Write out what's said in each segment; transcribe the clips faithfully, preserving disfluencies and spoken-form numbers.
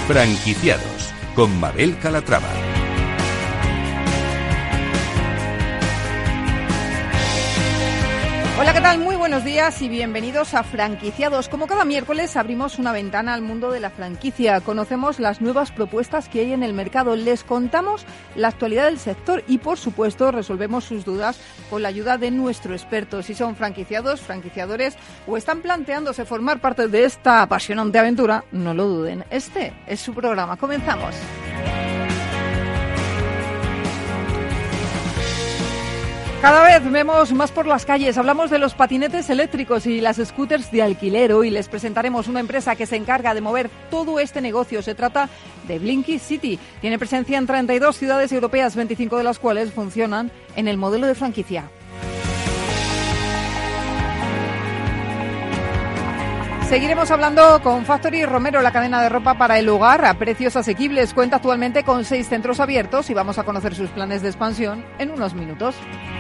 Franquiciados, con Mabel Calatrava. Hola, ¿qué tal? Muy buenos días y bienvenidos a Franquiciados. Como cada miércoles abrimos una ventana al mundo de la franquicia. Conocemos las nuevas propuestas que hay en el mercado, les contamos la actualidad del sector y, por supuesto, resolvemos sus dudas con la ayuda de nuestro experto. Si son franquiciados, franquiciadores o están planteándose formar parte de esta apasionante aventura, no lo duden. Este es su programa. Comenzamos. Cada vez vemos más por las calles, hablamos de los patinetes eléctricos y las scooters de alquiler. Hoy les presentaremos una empresa que se encarga de mover todo este negocio. Se trata de Blinky City. Tiene presencia en treinta y dos ciudades europeas, veinticinco de las cuales funcionan en el modelo de franquicia. Seguiremos hablando con Factory Romero, la cadena de ropa para el hogar a precios asequibles. Cuenta actualmente con seis centros abiertos y vamos a conocer sus planes de expansión en unos minutos.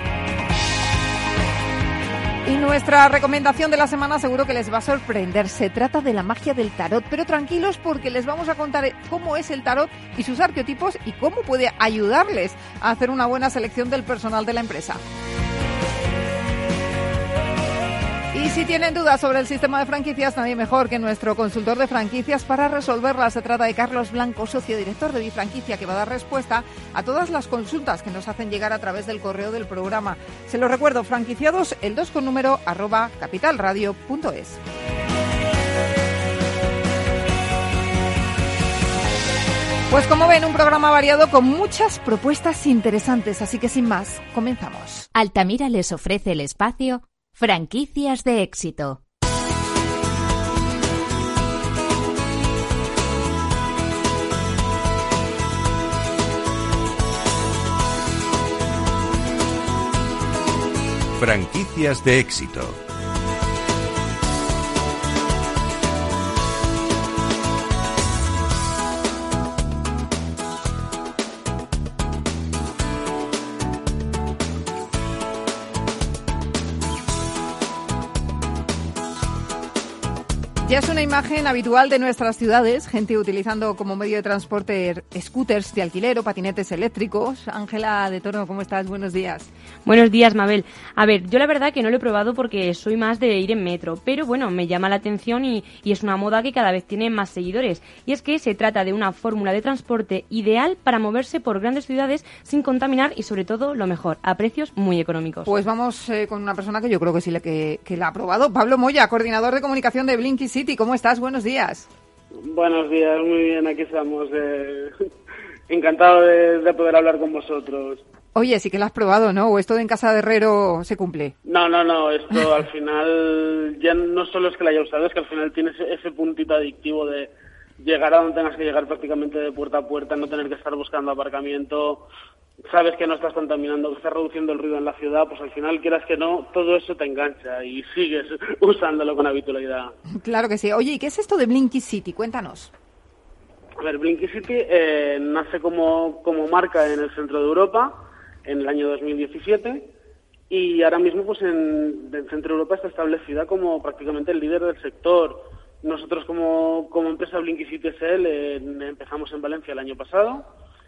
Y nuestra recomendación de la semana seguro que les va a sorprender. Se trata de la magia del tarot, pero tranquilos porque les vamos a contar cómo es el tarot y sus arquetipos y cómo puede ayudarles a hacer una buena selección del personal de la empresa. Y si tienen dudas sobre el sistema de franquicias, nadie mejor que nuestro consultor de franquicias para resolverlas. Se trata de Carlos Blanco, socio director de Bifranquicia, que va a dar respuesta a todas las consultas que nos hacen llegar a través del correo del programa. Se lo recuerdo, franquiciados, el dos con número, arroba capitalradio punto es. Pues como ven, un programa variado con muchas propuestas interesantes, así que sin más, comenzamos. Altamira les ofrece el espacio Franquicias de éxito. Franquicias de éxito. Ya es una imagen habitual de nuestras ciudades, gente utilizando como medio de transporte scooters de alquiler o patinetes eléctricos. Ángela de Toro, ¿cómo estás? Buenos días. Buenos días, Mabel. A ver, yo la verdad que no lo he probado porque soy más de ir en metro, pero bueno, me llama la atención y, y es una moda que cada vez tiene más seguidores. Y es que se trata de una fórmula de transporte ideal para moverse por grandes ciudades sin contaminar y, sobre todo, lo mejor, a precios muy económicos. Pues vamos eh, con una persona que yo creo que sí le, que, que la ha probado. Pablo Moya, coordinador de comunicación de Blinky City. ¿Cómo estás? Buenos días. Buenos días, muy bien, aquí estamos. Eh, encantado de, de poder hablar con vosotros. Oye, sí que lo has probado, ¿no? ¿O esto de en casa de herrero se cumple? No, no, no, esto al final ya no solo es que la haya usado, es que al final tiene ese, ese puntito adictivo de llegar a donde tengas que llegar prácticamente de puerta a puerta, no tener que estar buscando aparcamiento. Sabes que no estás contaminando, que estás reduciendo el ruido en la ciudad, pues al final, quieras que no, todo eso te engancha y sigues usándolo con habitualidad. Claro que sí. Oye, ¿y qué es esto de Blinky City? Cuéntanos. A ver, Blinky City eh, nace como, como marca en el centro de Europa en el año dos mil diecisiete y ahora mismo pues en el centro de Europa está establecida como prácticamente el líder del sector. Nosotros como, como empresa Blinky City S L eh, empezamos en Valencia el año pasado.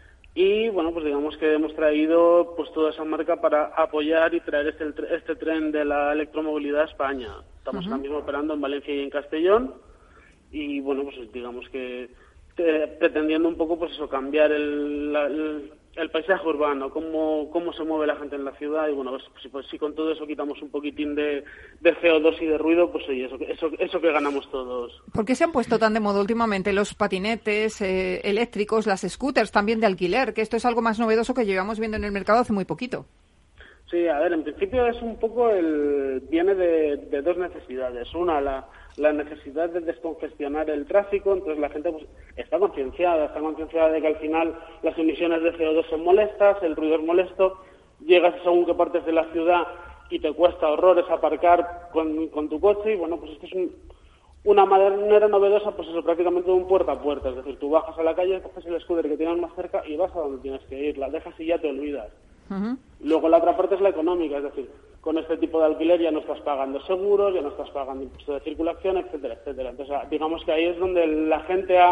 Y bueno, pues digamos que hemos traído pues toda esa marca para apoyar y traer este, este tren de la electromovilidad a España. Estamos uh-huh. ahora mismo operando en Valencia y en Castellón y bueno, pues digamos que eh, pretendiendo un poco pues eso, cambiar el, la, el, el paisaje urbano, cómo, cómo se mueve la gente en la ciudad y bueno, pues, pues, pues si con todo eso quitamos un poquitín de, de C O dos y de ruido, pues oye, eso, eso, eso que ganamos todos. ¿Por qué se han puesto tan de moda últimamente los patinetes eh, eléctricos, las scooters también de alquiler? Que esto es algo más novedoso que llevamos viendo en el mercado hace muy poquito. Sí, a ver, en principio es un poco el viene de, de dos necesidades. Una, la, la necesidad de descongestionar el tráfico, entonces la gente pues está concienciada, está concienciada de que al final las emisiones de C O dos son molestas, el ruido es molesto, llegas según que partes de la ciudad y te cuesta horrores aparcar con, con tu coche y bueno, pues esto es un, una manera novedosa, pues eso, prácticamente de un puerta a puerta, es decir, tú bajas a la calle, coges el scooter que tienes más cerca y vas a donde tienes que ir, la dejas y ya te olvidas. Uh-huh. Luego la otra parte es la económica, es decir, con este tipo de alquiler ya no estás pagando seguros, ya no estás pagando impuestos de circulación, etcétera, etcétera. Entonces, digamos que ahí es donde la gente ha,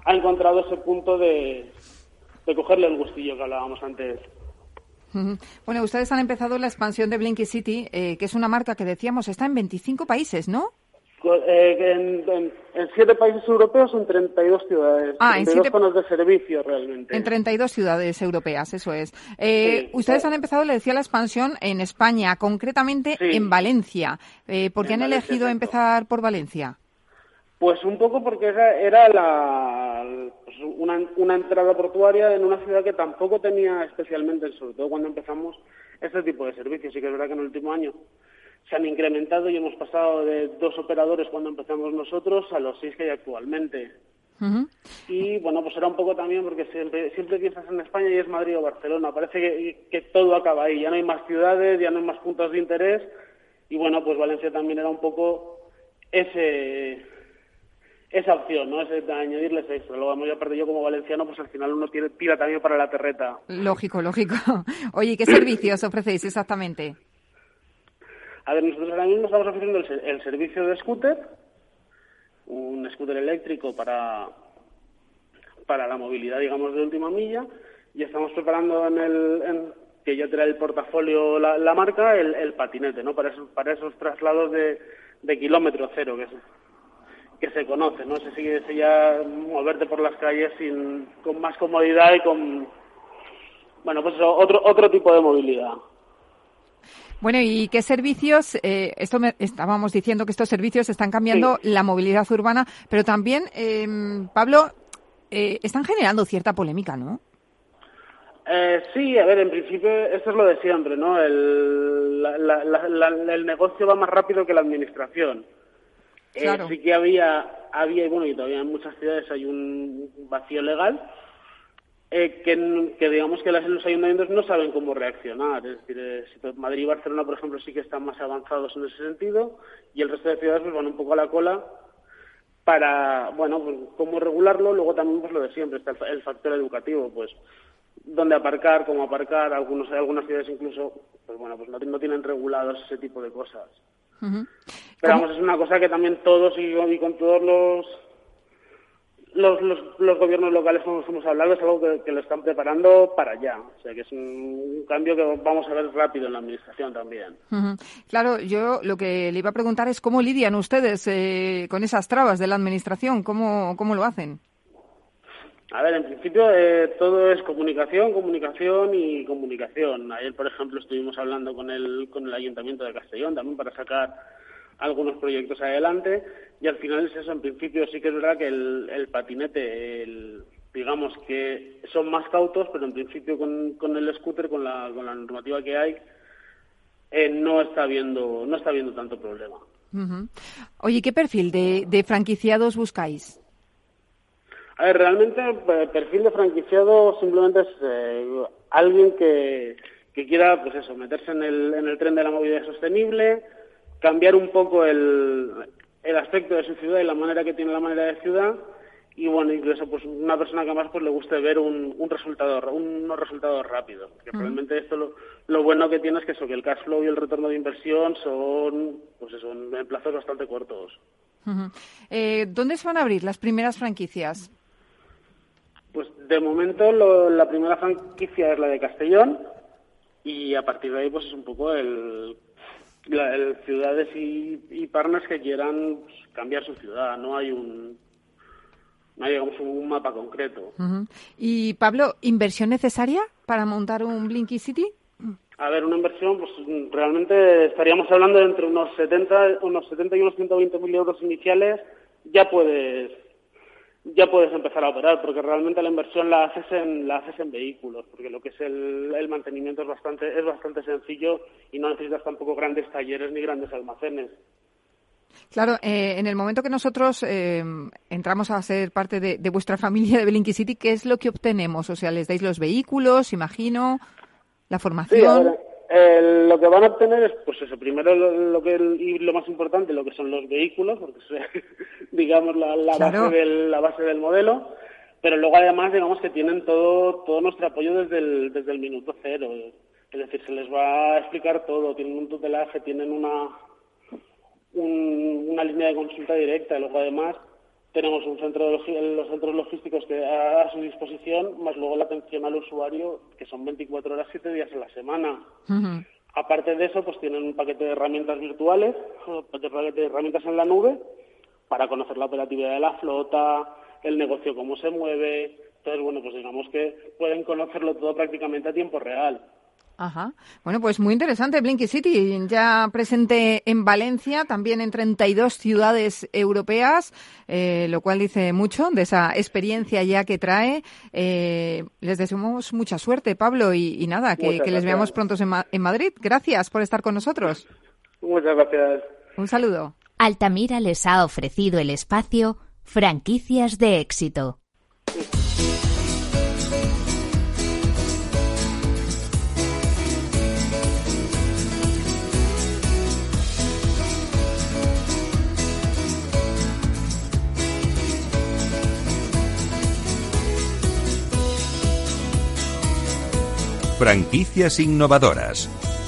ha encontrado ese punto de, de cogerle el gustillo que hablábamos antes. Bueno, ustedes han empezado la expansión de Blinky City, eh, que es una marca que decíamos está en veinticinco países, ¿no? Eh, en, en, en siete países europeos, en treinta y dos ciudades. Ah, treinta y dos en siete... zonas de servicio, realmente. En treinta y dos ciudades europeas, eso es. Eh, sí, ustedes han empezado, le decía, la expansión en España, concretamente sí. en Valencia. Eh, ¿Por qué han Valencia, elegido exacto. empezar por Valencia? Pues un poco porque era, era la, pues una, una entrada portuaria en una ciudad que tampoco tenía especialmente, sobre todo cuando empezamos, este tipo de servicios. Sí que es verdad que en el último año se han incrementado y hemos pasado de dos operadores cuando empezamos nosotros a los seis que hay actualmente. Uh-huh. Y bueno, pues era un poco también porque siempre, siempre piensas en España y es Madrid o Barcelona. Parece que, que todo acaba ahí, ya no hay más ciudades, ya no hay más puntos de interés. Y bueno, pues Valencia también era un poco ese... esa opción, ¿no? Es de añadirles eso. Luego, ya aparte yo como valenciano, pues al final uno tira, tira también para la terreta. Lógico, lógico. Oye, ¿qué servicios ofrecéis exactamente? A ver, nosotros ahora mismo estamos ofreciendo el, el servicio de scooter, un scooter eléctrico para, para la movilidad, digamos, de última milla, y estamos preparando en el... En, que ya trae el portafolio la, la marca, el, el patinete, ¿no? Para esos, para esos traslados de, de kilómetro cero, que es... que se conoce, ¿no? Se sigue ese ya moverte por las calles sin, con más comodidad y con, bueno, pues eso, otro otro tipo de movilidad. Bueno, ¿y qué servicios? Eh, esto me, estábamos diciendo que estos servicios están cambiando sí. la movilidad urbana, pero también, eh, Pablo, eh, están generando cierta polémica, ¿no? Eh, sí, a ver, en principio esto es lo de siempre, ¿no? El, la, la, la, la, el negocio va más rápido que la administración. Claro. Eh, sí que había, había, y bueno, y todavía en muchas ciudades hay un vacío legal eh, que, que digamos que las, los ayuntamientos no saben cómo reaccionar. Es decir, eh, si Madrid y Barcelona, por ejemplo, sí que están más avanzados en ese sentido y el resto de ciudades pues van un poco a la cola para, bueno, pues cómo regularlo. Luego también pues lo de siempre, está el, el factor educativo, pues dónde aparcar, cómo aparcar. Algunos, algunas ciudades incluso, pues bueno, pues no, no tienen regulados ese tipo de cosas. Uh-huh. Pero vamos, es una cosa que también todos y, y con todos los, los los los gobiernos locales como hemos hablado, es algo que, que lo están preparando para allá. O sea, que es un, un cambio que vamos a ver rápido en la administración también. Uh-huh. Claro, yo lo que le iba a preguntar es cómo lidian ustedes eh, con esas trabas de la administración, cómo, cómo lo hacen. A ver, en principio eh, todo es comunicación, comunicación y comunicación. Ayer, por ejemplo, estuvimos hablando con el con el Ayuntamiento de Castellón también para sacar algunos proyectos adelante y al final es eso. En principio sí que es verdad que el, el patinete, el, digamos que son más cautos, pero en principio con, con el scooter, con la, con la normativa que hay, eh, no está habiendo no está habiendo tanto problema. Uh-huh. Oye, ¿qué perfil de, de franquiciados buscáis? A ver, realmente el perfil de franquiciado simplemente es eh, alguien que, que quiera, pues eso, meterse en el, en el tren de la movilidad sostenible, cambiar un poco el, el aspecto de su ciudad y la manera que tiene la manera de ciudad, y bueno, incluso pues una persona que más pues le guste ver un, un resultado, unos resultados rápidos, porque uh-huh. realmente esto lo, lo bueno que tiene es que eso, que el cash flow y el retorno de inversión son, pues eso, en plazos bastante cortos. Uh-huh. Eh, ¿Dónde se van a abrir las primeras franquicias? Pues de momento lo, la primera franquicia es la de Castellón y a partir de ahí pues es un poco el, la, el ciudades y, y partners que quieran pues, cambiar su ciudad. No hay un no hay digamos un mapa concreto. Uh-huh. Y Pablo, ¿inversión necesaria para montar un Blinky City? A ver, una inversión, pues realmente estaríamos hablando de entre unos setenta, unos setenta y unos ciento veinte mil euros iniciales. Ya puedes ya puedes empezar a operar, porque realmente la inversión la haces en la haces en vehículos, porque lo que es el, el mantenimiento es bastante es bastante sencillo y no necesitas tampoco grandes talleres ni grandes almacenes. Claro, eh, en el momento que nosotros eh, entramos a ser parte de, de vuestra familia de Blinky City, ¿qué es lo que obtenemos? O sea, ¿les dais los vehículos, imagino, la formación? Sí, ahora, eh, lo que van a obtener es, pues eso, primero lo, lo que y lo más importante, lo que son los vehículos, porque es, digamos, la, la, claro. base del, la base del modelo, pero luego además, digamos, que tienen todo todo nuestro apoyo desde el, desde el minuto cero. Es decir, se les va a explicar todo, tienen un tutelaje, tienen una un, una línea de consulta directa, y luego además tenemos un centro de logi- los centros logísticos que a, a su disposición, más luego la atención al usuario, que son veinticuatro horas, siete días en la semana. Uh-huh. Aparte de eso, pues tienen un paquete de herramientas virtuales, un paquete de herramientas en la nube, para conocer la operatividad de la flota, el negocio cómo se mueve. Entonces, bueno, pues digamos que pueden conocerlo todo prácticamente a tiempo real. Ajá. Bueno, pues muy interesante Blinky City, ya presente en Valencia, también en treinta y dos ciudades europeas, eh, lo cual dice mucho de esa experiencia ya que trae. Eh, les deseamos mucha suerte, Pablo, y, y nada, que, que les veamos pronto en, Ma- en Madrid. Gracias por estar con nosotros. Muchas gracias. Un saludo. Altamira les ha ofrecido el espacio Franquicias de Éxito. Franquicias innovadoras.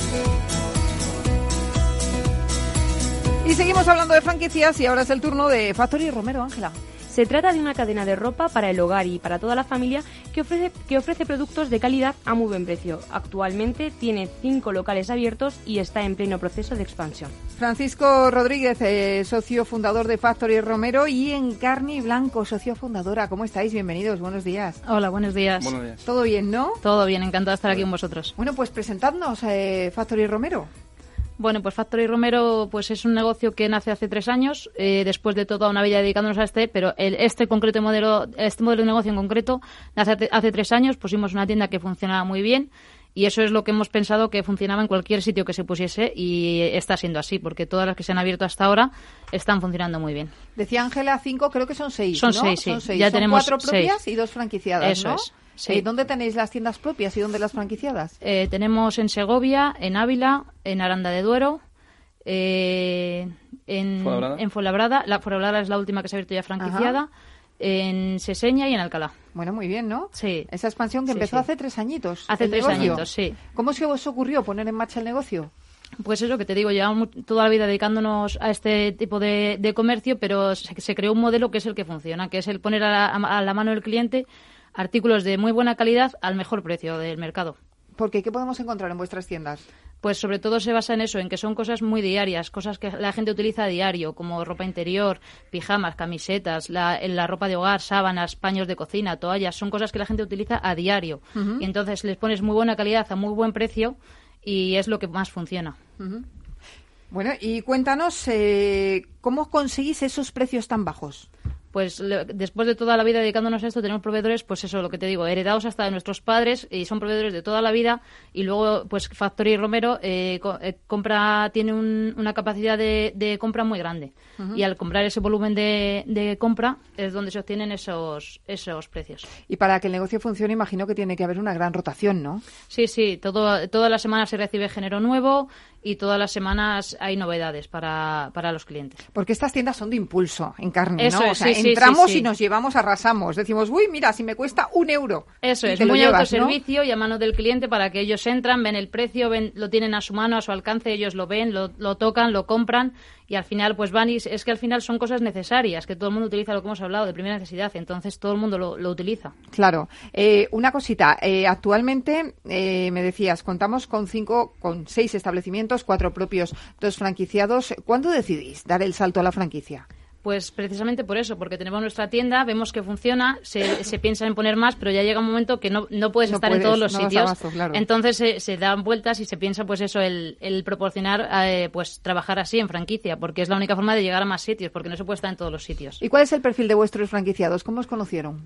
Y seguimos hablando de franquicias y ahora es el turno de Factory Romero, Ángela. Se trata de una cadena de ropa para el hogar y para toda la familia que ofrece, que ofrece productos de calidad a muy buen precio. Actualmente tiene cinco locales abiertos y está en pleno proceso de expansión. Francisco Rodríguez, eh, socio fundador de Factory Romero, y Encarni Blanco, socio fundadora. ¿Cómo estáis? Bienvenidos, buenos días. Hola, buenos días. Buenos días. ¿Todo bien, no? Todo bien, encantado de estar aquí con vosotros. Bueno, pues presentadnos eh, Factory Romero. Bueno, pues Factory Romero pues es un negocio que nace hace tres años, eh, después de toda una vida dedicándonos a este, pero el, este concreto modelo, este modelo de negocio en concreto, nace hace, hace tres años. Pusimos una tienda que funcionaba muy bien y eso es lo que hemos pensado que funcionaba en cualquier sitio que se pusiese y está siendo así, porque todas las que se han abierto hasta ahora están funcionando muy bien. Decía Ángela cinco, creo que son seis, Son ¿no? seis, sí. Son seis. Ya Son tenemos cuatro propias seis. y dos franquiciadas, Eso ¿no? es, sí. Eh, ¿Dónde tenéis las tiendas propias y dónde las franquiciadas? Eh, tenemos en Segovia, en Ávila, en Aranda de Duero, eh, en, ¿Fuenlabrada? en Fuenlabrada. La Fuenlabrada es la última que se ha abierto ya franquiciada. Ajá. En Seseña y en Alcalá. Bueno, muy bien, ¿no? Sí. Esa expansión que Sí, empezó sí. hace tres añitos. Hace el tres negocio. añitos, sí. ¿Cómo se os ocurrió poner en marcha el negocio? Pues eso que te digo, llevamos mu- toda la vida dedicándonos a este tipo de, de comercio, pero se, se creó un modelo que es el que funciona, que es el poner a la, a la mano del cliente artículos de muy buena calidad al mejor precio del mercado. Porque ¿qué podemos encontrar en vuestras tiendas? Pues sobre todo se basa en eso, en que son cosas muy diarias, cosas que la gente utiliza a diario, como ropa interior, pijamas, camisetas, la, la ropa de hogar, sábanas, paños de cocina, toallas, son cosas que la gente utiliza a diario. Uh-huh. Y entonces les pones muy buena calidad a muy buen precio y es lo que más funciona. Uh-huh. Bueno, y cuéntanos, eh, ¿cómo conseguís esos precios tan bajos? Pues le, después de toda la vida dedicándonos a esto, tenemos proveedores, pues eso, lo que te digo, heredados hasta de nuestros padres y son proveedores de toda la vida. Y luego, pues Factory Romero eh, co- eh, compra tiene un, una capacidad de, de compra muy grande. Uh-huh. Y al comprar ese volumen de, de compra es donde se obtienen esos, esos precios. Y para que el negocio funcione, imagino que tiene que haber una gran rotación, ¿no? Sí, sí, todo, todas las semanas se recibe género nuevo y todas las semanas hay novedades para, para los clientes. Porque estas tiendas son de impulso, en carne, Eso ¿no? es, o sea, sí, sí, entramos sí, sí. y nos llevamos, arrasamos. Decimos, uy, mira, si me cuesta un euro. Eso y es, te lo muy llevas, ¿no? autoservicio y a mano del cliente para que ellos entran, ven el precio, ven, lo tienen a su mano, a su alcance, ellos lo ven, lo, lo tocan, lo compran y al final pues van y es que al final son cosas necesarias, que todo el mundo utiliza, lo que hemos hablado, de primera necesidad, entonces todo el mundo lo, lo utiliza. Claro. Eh, una cosita, eh, actualmente eh, me decías, contamos con cinco, con seis establecimientos, cuatro propios, dos franquiciados. ¿Cuándo decidís dar el salto a la franquicia? Pues precisamente por eso, porque tenemos nuestra tienda, vemos que funciona, se, se piensa en poner más, pero ya llega un momento que no, no puedes No estar puedes, en todos los no das sitios. abasto, claro. Entonces se, se dan vueltas y se piensa pues eso, el, el proporcionar, eh, pues trabajar así en franquicia, porque es la única forma de llegar a más sitios, porque no se puede estar en todos los sitios. ¿Y cuál es el perfil de vuestros franquiciados? ¿Cómo os conocieron?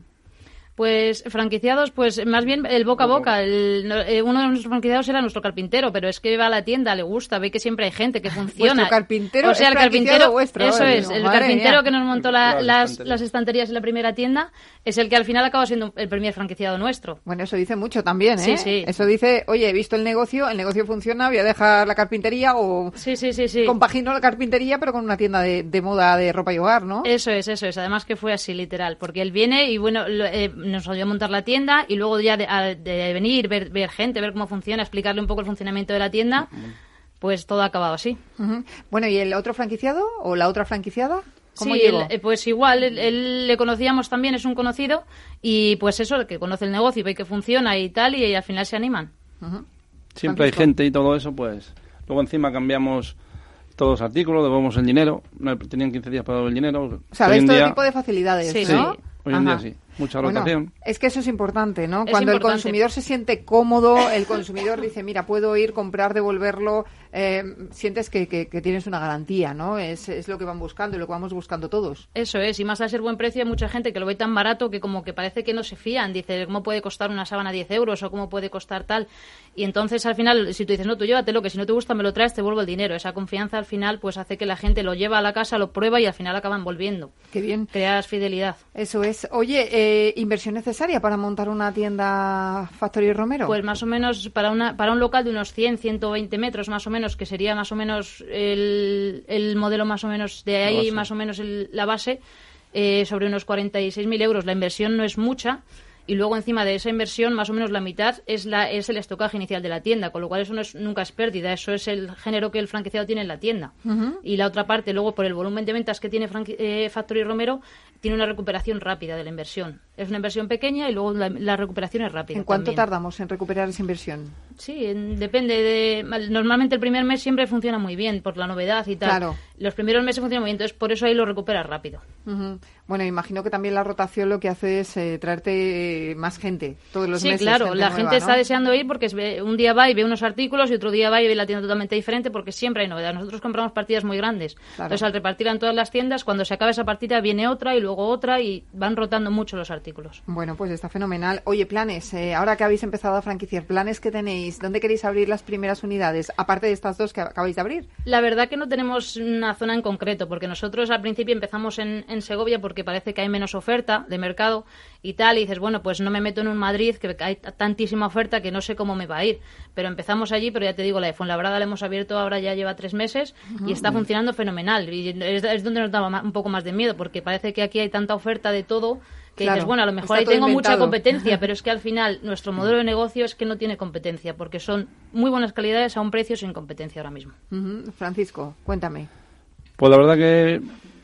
Pues franquiciados, pues más bien el boca a boca. El, eh, uno de nuestros franquiciados era nuestro carpintero, pero es que va a la tienda, le gusta, ve que siempre hay gente que funciona. Vuestro carpintero o sea, es el franquiciado carpintero vuestro. Eso Ay, es, no, el madre carpintero mía. que nos montó la- Claro, las, estanterías. las estanterías en la primera tienda es el que al final acaba siendo el primer franquiciado nuestro. Bueno, eso dice mucho también, ¿eh? Sí, sí. Eso dice, oye, he visto el negocio, el negocio funciona, voy a dejar la carpintería o Sí, sí, sí, sí. compagino la carpintería, pero con una tienda de, de moda de ropa y hogar, ¿no? Eso es, eso es. Además que fue así, literal. Porque él viene y, bueno, lo- eh, nos ayudó a montar la tienda y luego ya de, a- de venir, ver, ver gente, ver cómo funciona, explicarle un poco el funcionamiento de la tienda, pues todo ha acabado así. Ujú. Bueno, ¿y el otro franquiciado o la otra franquiciada? ¿Cómo sí, llegó? Él, pues igual, él, él le conocíamos también, es un conocido, y pues eso, que conoce el negocio y ve que funciona y tal, y, y al final se animan. Uh-huh. Siempre hay gente y todo eso, pues luego encima cambiamos todos los artículos, devolvemos el dinero, no, tenían quince días para devolver el dinero. O sea, Hoy veis en todo día, tipo de facilidades, Sí, ¿no? sí, hoy en Ajá. día sí, mucha Bueno, rotación. es que eso es importante, ¿no? Es Cuando importante. el consumidor se siente cómodo, el consumidor dice, mira, puedo ir, comprar, devolverlo, eh, sientes que, que, que tienes una garantía, ¿no? Es, es lo que van buscando y lo que vamos buscando todos. Eso es, y más al ser buen precio hay mucha gente que lo ve tan barato que como que parece que no se fían. Dice, ¿cómo puede costar una sábana diez euros o cómo puede costar tal? Y entonces al final, si tú dices, no, tú llévatelo, que si no te gusta me lo traes, te vuelvo el dinero. Esa confianza al final pues hace que la gente lo lleva a la casa, lo prueba y al final acaban volviendo. Qué bien. Creas fidelidad. Eso es. Oye, eh, ¿inversión necesaria para montar una tienda Factory Romero? Pues más o menos para una para un local de unos cien, ciento veinte metros más o menos, que sería más o menos el, el modelo más o menos de ahí, base. más o menos el- la base, eh, sobre unos cuarenta y seis mil euros. La inversión no es mucha. Y luego encima de esa inversión, más o menos la mitad es la es el estocaje inicial de la tienda, con lo cual eso no es, nunca es pérdida, eso es el género que el franquiciado tiene en la tienda. Ujú. Y la otra parte, luego por el volumen de ventas que tiene franqui- eh, Factory Romero, tiene una recuperación rápida de la inversión. Es una inversión pequeña y luego la, la recuperación es rápida. ¿En cuánto también. tardamos en recuperar esa inversión? Sí, en- depende de... Normalmente el primer mes siempre funciona muy bien por la novedad y tal. Claro. Los primeros meses funcionan muy bien, entonces por eso ahí lo recuperas rápido. Ujú. Bueno, imagino que también la rotación lo que hace es eh, traerte más gente todos los Sí, meses. claro, gente la nueva, gente ¿no? está deseando ir porque es ve- un día va y ve unos artículos y otro día va y ve la tienda totalmente diferente porque siempre hay novedades. Nosotros compramos partidas muy grandes. Claro. Entonces, al repartirla en todas las tiendas, cuando se acaba esa partida viene otra y luego otra y van rotando mucho los artículos. Bueno, pues está fenomenal. Oye, planes, eh, ahora que habéis empezado a franquiciar, planes que tenéis, ¿dónde queréis abrir las primeras unidades? Aparte de estas dos que acabáis de abrir. La verdad que no tenemos una zona en concreto, porque nosotros al principio empezamos en, en Segovia porque parece que hay menos oferta de mercado y tal, y dices, bueno, pues no me meto en un Madrid que hay tantísima oferta que no sé cómo me va a ir. Pero empezamos allí, pero ya te digo, la de Fuenlabrada la hemos abierto ahora ya lleva tres meses y está funcionando fenomenal. Y es, es donde nos daba ma- un poco más de miedo, porque parece que aquí hay tanta oferta de todo que Claro, dices, bueno, a lo mejor está ahí todo tengo inventado. mucha competencia, pero es que al final nuestro modelo de negocio es que no tiene competencia, porque son muy buenas calidades a un precio sin competencia ahora mismo. Ujú. Francisco, cuéntame. Pues la verdad que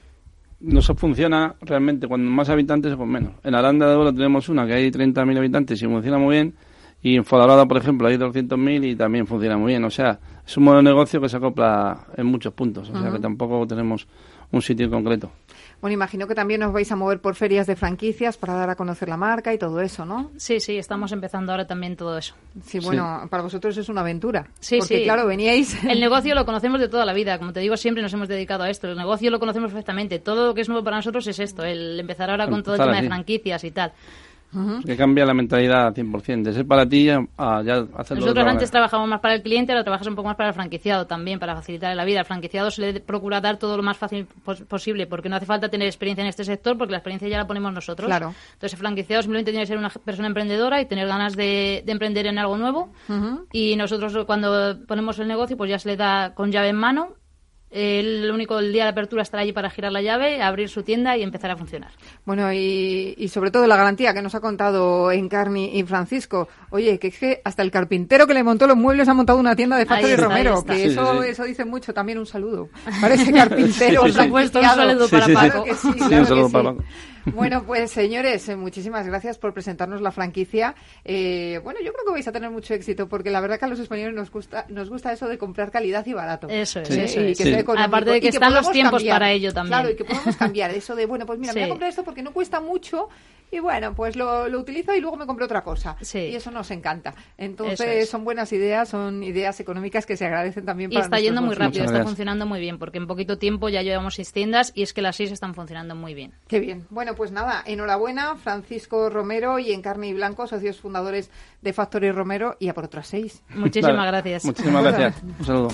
no se funciona realmente, cuando más habitantes pues menos. En Aranda de Duero tenemos una que hay treinta mil habitantes y funciona muy bien, y en Fuenlabrada, por ejemplo, hay doscientos mil y también funciona muy bien. O sea, es un modelo de negocio que se acopla en muchos puntos, o sea Ujú. que tampoco tenemos un sitio en concreto. Bueno, imagino que también os vais a mover por ferias de franquicias para dar a conocer la marca y todo eso, ¿no? Sí, sí, estamos empezando ahora también todo eso. Sí, bueno, para vosotros es una aventura. Sí, porque, sí. claro, veníais... El negocio lo conocemos de toda la vida, como te digo, siempre nos hemos dedicado a esto. El negocio lo conocemos perfectamente. Todo lo que es nuevo para nosotros es esto, el empezar ahora con todo el Empezar tema así. de franquicias y tal. Ujú. Que cambia la mentalidad al cien por ciento, de ser para ti a, a ya hacerlo de Nosotros otra antes manera. trabajábamos más para el cliente, ahora trabajas un poco más para el franquiciado también, para facilitarle la vida. Al franquiciado se le procura dar todo lo más fácil pos- posible, porque no hace falta tener experiencia en este sector, porque la experiencia ya la ponemos nosotros. Claro. Entonces el franquiciado simplemente tiene que ser una persona emprendedora y tener ganas de, de emprender en algo nuevo. Ujú. Y nosotros cuando ponemos el negocio, pues ya se le da con llave en mano. El único el día de apertura estará allí para girar la llave, abrir su tienda y empezar a funcionar. Bueno, y, y sobre todo la garantía que nos ha contado Encarni y Francisco. Oye, que es que hasta el carpintero que le montó los muebles ha montado una tienda de Factory Ahí está, Romero, ahí está. que Sí, eso, sí, sí. eso dice mucho. También un saludo para ese carpintero. Por supuesto, un franquiciado. saludo para Sí, sí, sí. Claro Paco. que sí, Sí, claro un saludo que para sí. Paco. Bueno, pues señores, eh, muchísimas gracias por presentarnos la franquicia. Eh, bueno, yo creo que vais a tener mucho éxito porque la verdad que a los españoles nos gusta nos gusta eso de comprar calidad y barato. Eso es, Sí. eso y es. que Sí. sea económico. Aparte de que Y están los podamos tiempos cambiar. para ello también. Claro, y que podamos cambiar eso de, bueno, pues mira, me voy a Sí. comprar esto porque no cuesta mucho y bueno, pues lo, lo utilizo y luego me compro otra cosa. Sí. Y eso nos encanta. Entonces, Eso es. son buenas ideas, son ideas económicas que se agradecen también Y para está yendo muy nuestros rápido, Muchas está gracias. funcionando muy bien, porque en poquito tiempo ya llevamos seis tiendas y es que las seis están funcionando muy bien. Qué bien. Bueno, pues nada, enhorabuena, Francisco Romero y Encarni y Blanco, socios fundadores de Factory Romero, y a por otras seis. Muchísimas Vale. gracias. Muchísimas gracias. Un saludo.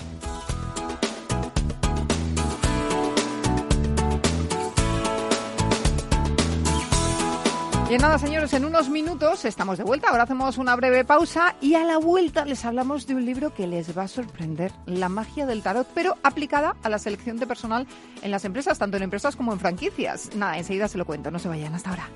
Y nada, señores, en unos minutos estamos de vuelta. Ahora hacemos una breve pausa y a la vuelta les hablamos de un libro que les va a sorprender, La magia del tarot, pero aplicada a la selección de personal en las empresas, tanto en empresas como en franquicias. Nada, enseguida se lo cuento, no se vayan, hasta ahora.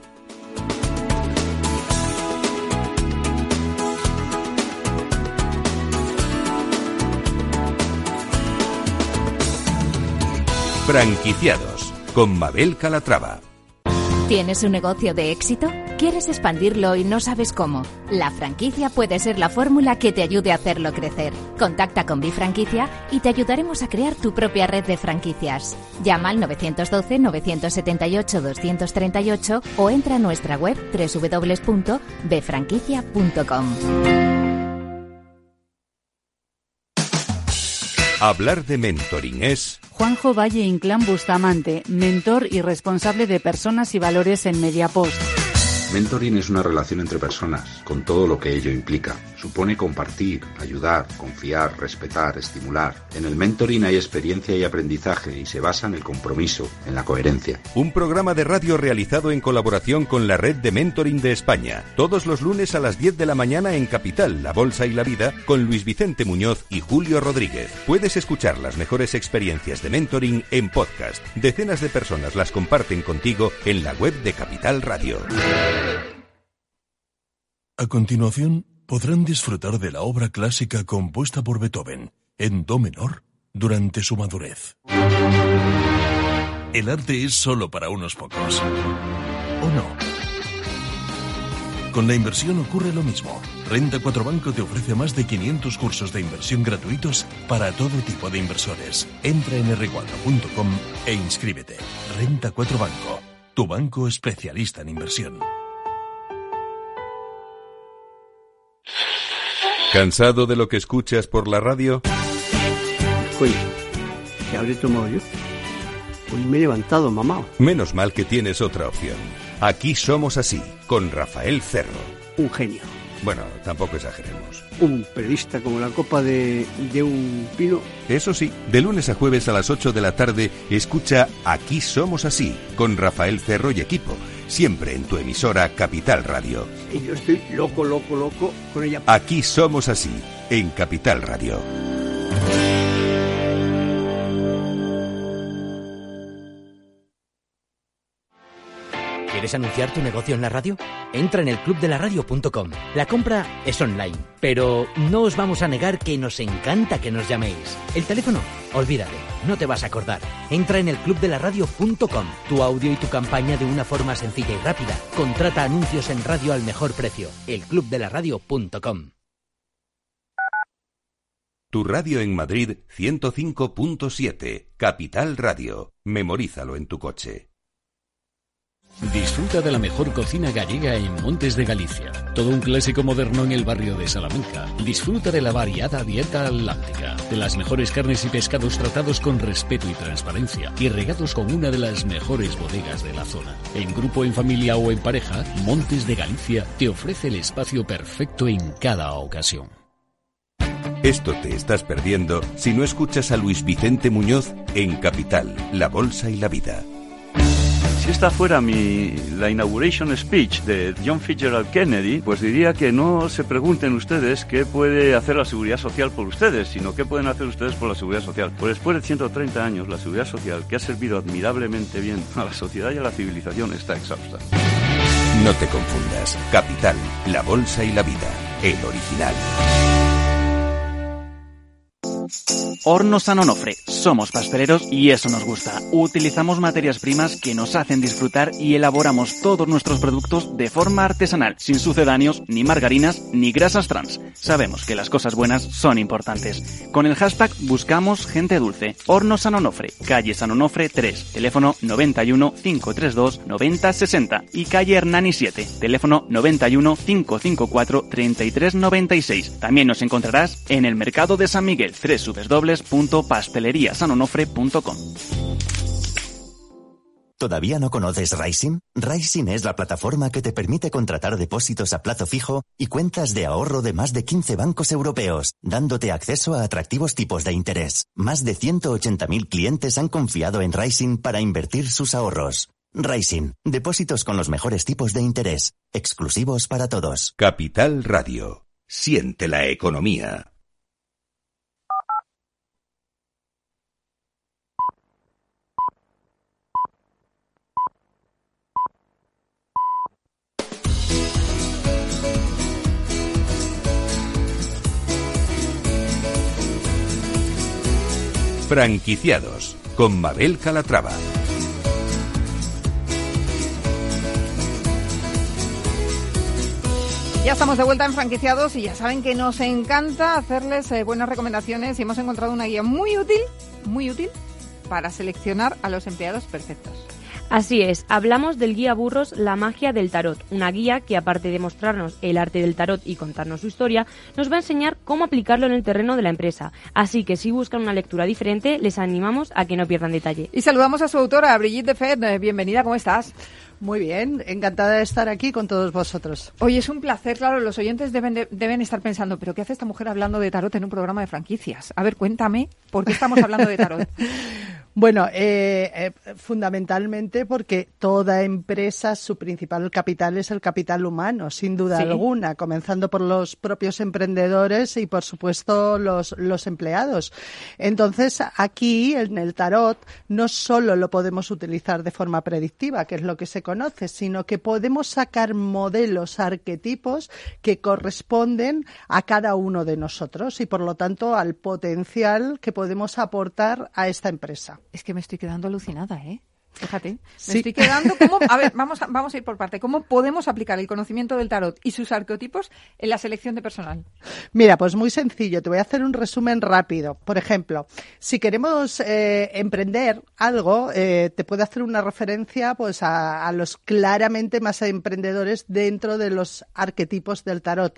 Franquiciados. con Mabel Calatrava. ¿Tienes un negocio de éxito? ¿Quieres expandirlo y no sabes cómo? La franquicia puede ser la fórmula que te ayude a hacerlo crecer. Contacta con Bifranquicia y te ayudaremos a crear tu propia red de franquicias. Llama al nueve uno dos, nueve siete ocho, dos tres ocho o entra a nuestra web doble u doble u doble u punto b franquicia punto com. Hablar de mentoring es... Juanjo Valle Inclán Bustamante, mentor y responsable de personas y valores en Mediapost. Mentoring es una relación entre personas, con todo lo que ello implica. Supone compartir, ayudar, confiar, respetar, estimular. En el mentoring hay experiencia y aprendizaje y se basa en el compromiso, en la coherencia. Un programa de radio realizado en colaboración con la Red de Mentoring de España. Todos los lunes a las diez de la mañana en Capital, La Bolsa y la Vida, con Luis Vicente Muñoz y Julio Rodríguez. Puedes escuchar las mejores experiencias de mentoring en podcast. Decenas de personas las comparten contigo en la web de Capital Radio. A continuación, podrán disfrutar de la obra clásica compuesta por Beethoven, en do menor, durante su madurez. El arte es solo para unos pocos. ¿O no? Con la inversión ocurre lo mismo. Renta cuatro Banco te ofrece más de quinientos cursos de inversión gratuitos para todo tipo de inversores. Entra en erre cuatro punto com e inscríbete. Renta cuatro Banco, tu banco especialista en inversión. ¿Cansado de lo que escuchas por la radio? Oye, ¿qué habré tomado yo? Hoy me he levantado mamado. Menos mal que tienes otra opción. Aquí somos así, con Rafael Cerro. Un genio. Bueno, tampoco exageremos. Un periodista como la copa de, de un pino. Eso sí, de lunes a jueves a las ocho de la tarde, escucha Aquí somos así, con Rafael Cerro y equipo. Siempre en tu emisora Capital Radio. Y yo estoy loco, loco, loco con ella. Aquí somos así, en Capital Radio. ¿Quieres anunciar tu negocio en la radio? Entra en el club de la radio punto com. La compra es online, pero no os vamos a negar que nos encanta que nos llaméis. El teléfono, olvídate, no te vas a acordar. Entra en el club de la radio punto com. Tu audio y tu campaña de una forma sencilla y rápida. Contrata anuncios en radio al mejor precio. el club de la radio punto com. Tu radio en Madrid ciento cinco punto siete. Capital Radio. Memorízalo en tu coche. Disfruta de la mejor cocina gallega en Montes de Galicia. Todo un clásico moderno en el barrio de Salamanca. Disfruta de la variada dieta atlántica, de las mejores carnes y pescados tratados con respeto y transparencia y regados con una de las mejores bodegas de la zona. En grupo, en familia o en pareja, Montes de Galicia te ofrece el espacio perfecto en cada ocasión. Esto te estás perdiendo si no escuchas a Luis Vicente Muñoz en Capital, La Bolsa y la Vida. Si esta fuera mi, la inauguration speech de John Fitzgerald Kennedy, pues diría que no se pregunten ustedes qué puede hacer la Seguridad Social por ustedes, sino qué pueden hacer ustedes por la Seguridad Social. Pues después de ciento treinta años, la Seguridad Social, que ha servido admirablemente bien a la sociedad y a la civilización, está exhausta. No te confundas. Capital, La Bolsa y la Vida. El original. Hornos San Onofre. Somos pasteleros y eso nos gusta. Utilizamos materias primas que nos hacen disfrutar y elaboramos todos nuestros productos de forma artesanal, sin sucedáneos, ni margarinas, ni grasas trans. Sabemos que las cosas buenas son importantes. Con el hashtag buscamos gente dulce. Hornos San Onofre, calle San Onofre tres, teléfono noventa y uno, cinco tres dos, noventa sesenta y calle Hernani siete, teléfono noventa y uno, cinco cinco cuatro, treinta y tres noventa y seis. También nos encontrarás en el Mercado de San Miguel, doble u doble u doble u punto pastelería san onofre punto com. ¿Todavía no conoces Raisin? Raisin es la plataforma que te permite contratar depósitos a plazo fijo y cuentas de ahorro de más de quince bancos europeos, dándote acceso a atractivos tipos de interés. Más de ciento ochenta mil clientes han confiado en Raisin para invertir sus ahorros. Raisin, depósitos con los mejores tipos de interés, exclusivos para todos. Capital Radio. Siente la economía. Franquiciados, con Mabel Calatrava. Ya estamos de vuelta en Franquiciados y ya saben que nos encanta hacerles eh, buenas recomendaciones y hemos encontrado una guía muy útil, muy útil para seleccionar a los empleados perfectos. Así es, hablamos del guía Burros, la magia del tarot, una guía que aparte de mostrarnos el arte del tarot y contarnos su historia, nos va a enseñar cómo aplicarlo en el terreno de la empresa. Así que si buscan una lectura diferente, les animamos a que no pierdan detalle. Y saludamos a su autora, Brigitte de Fet. Bienvenida, ¿cómo estás? Muy bien, encantada de estar aquí con todos vosotros. Oye, es un placer, claro, los oyentes deben, de, deben estar pensando, ¿pero qué hace esta mujer hablando de tarot en un programa de franquicias? A ver, cuéntame, ¿por qué estamos hablando de tarot? Bueno, eh, eh, fundamentalmente porque toda empresa, su principal capital es el capital humano, sin duda ¿Sí? alguna, comenzando por los propios emprendedores y, por supuesto, los, los empleados. Entonces, aquí, en el tarot, no solo lo podemos utilizar de forma predictiva, que es lo que se conoce, sino que podemos sacar modelos, arquetipos que corresponden a cada uno de nosotros y, por lo tanto, al potencial que podemos aportar a esta empresa. Es que me estoy quedando alucinada, ¿eh? Fíjate, me sí. estoy quedando como... A ver, vamos a, vamos a ir por parte. ¿Cómo podemos aplicar el conocimiento del tarot y sus arquetipos en la selección de personal? Mira, pues muy sencillo. Te voy a hacer un resumen rápido. Por ejemplo, si queremos eh, emprender algo, eh, te puedo hacer una referencia pues a, a los claramente más emprendedores dentro de los arquetipos del tarot.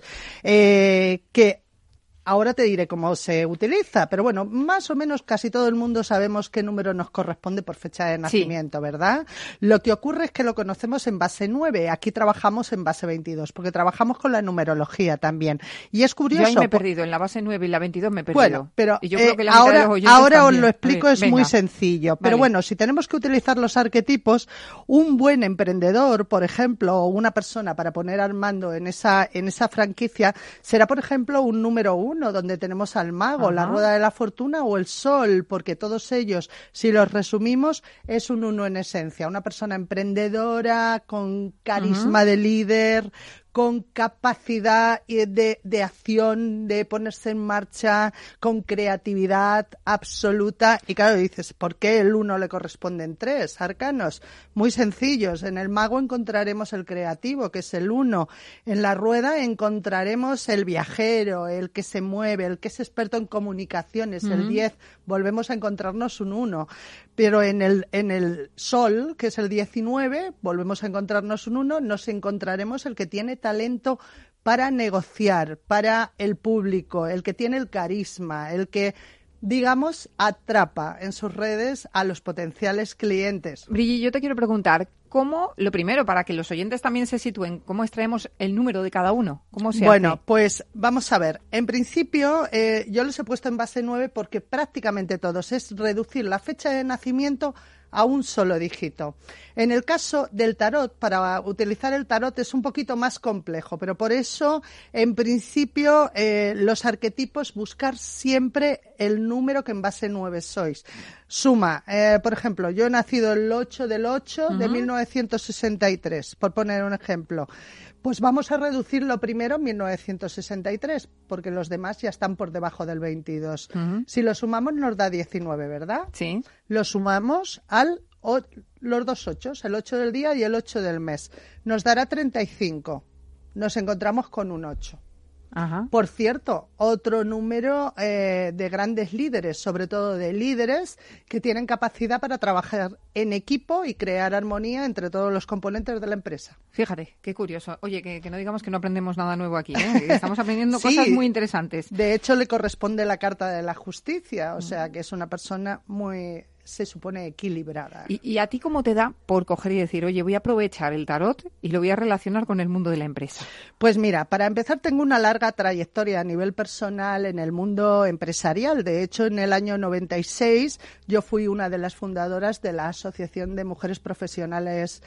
Eh, que Ahora te diré cómo se utiliza, pero bueno, más o menos casi todo el mundo sabemos qué número nos corresponde por fecha de nacimiento, sí. ¿verdad? Lo que ocurre es que lo conocemos en base nueve, aquí trabajamos en base veintidós, porque trabajamos con la numerología también. Y es curioso... Yo ahí me he perdido, en la base nueve y la veintidós me he perdido. Bueno, pero y yo creo que la eh, ahora, de los ahora también. os lo explico, ver, es venga. muy sencillo. Pero vale. bueno, si tenemos que utilizar los arquetipos, un buen emprendedor, por ejemplo, o una persona para poner al mando en esa, en esa franquicia, será, por ejemplo, un número uno, donde tenemos al mago, Ajá. la rueda de la fortuna o el sol, porque todos ellos, si los resumimos, es un uno en esencia, una persona emprendedora, con carisma uh-huh. de líder, con capacidad de, de acción, de ponerse en marcha, con creatividad absoluta. Y claro, dices, ¿por qué el uno le corresponden tres arcanos? Muy sencillos. En el mago encontraremos el creativo, que es el uno. En la rueda encontraremos el viajero, el que se mueve, el que es experto en comunicaciones, uh-huh. el diez. Volvemos a encontrarnos un uno. Pero en el, en el sol, que es el diecinueve, volvemos a encontrarnos un uno, nos encontraremos el que tiene talento para negociar, para el público, el que tiene el carisma, el que, digamos, atrapa en sus redes a los potenciales clientes. Brigitte, yo te quiero preguntar, ¿cómo, lo primero, para que los oyentes también se sitúen, cómo extraemos el número de cada uno? ¿Cómo se bueno, hace? pues vamos a ver. En principio, eh, yo los he puesto en base nueve porque prácticamente todos es reducir la fecha de nacimiento a un solo dígito. En el caso del tarot, para utilizar el tarot es un poquito más complejo, pero por eso, en principio, eh, los arquetipos, buscar siempre el número que en base nueve sois. Suma, eh, por ejemplo, yo he nacido el ocho del ocho uh-huh. de mil novecientos sesenta y tres, por poner un ejemplo. Pues vamos a reducirlo primero en mil novecientos sesenta y tres, porque los demás ya están por debajo del veintidós. Uh-huh. Si lo sumamos nos da diecinueve, ¿verdad? Sí. Lo sumamos al o, los dos ochos, el ocho del día y el ocho del mes. Nos dará treinta y cinco. Nos encontramos con un ocho. Ajá. Por cierto, otro número eh, de grandes líderes, sobre todo de líderes que tienen capacidad para trabajar en equipo y crear armonía entre todos los componentes de la empresa. Fíjate, qué curioso. Oye, que, que no digamos que no aprendemos nada nuevo aquí, ¿eh? Estamos aprendiendo sí, cosas muy interesantes. De hecho, le corresponde la Carta de la Justicia, o sea que es una persona muy... se supone equilibrada. ¿Y, ¿Y a ti cómo te da por coger y decir, oye, voy a aprovechar el tarot y lo voy a relacionar con el mundo de la empresa? Pues mira, para empezar tengo una larga trayectoria a nivel personal en el mundo empresarial. De hecho, en el año noventa y seis yo fui una de las fundadoras de la Asociación de Mujeres Profesionales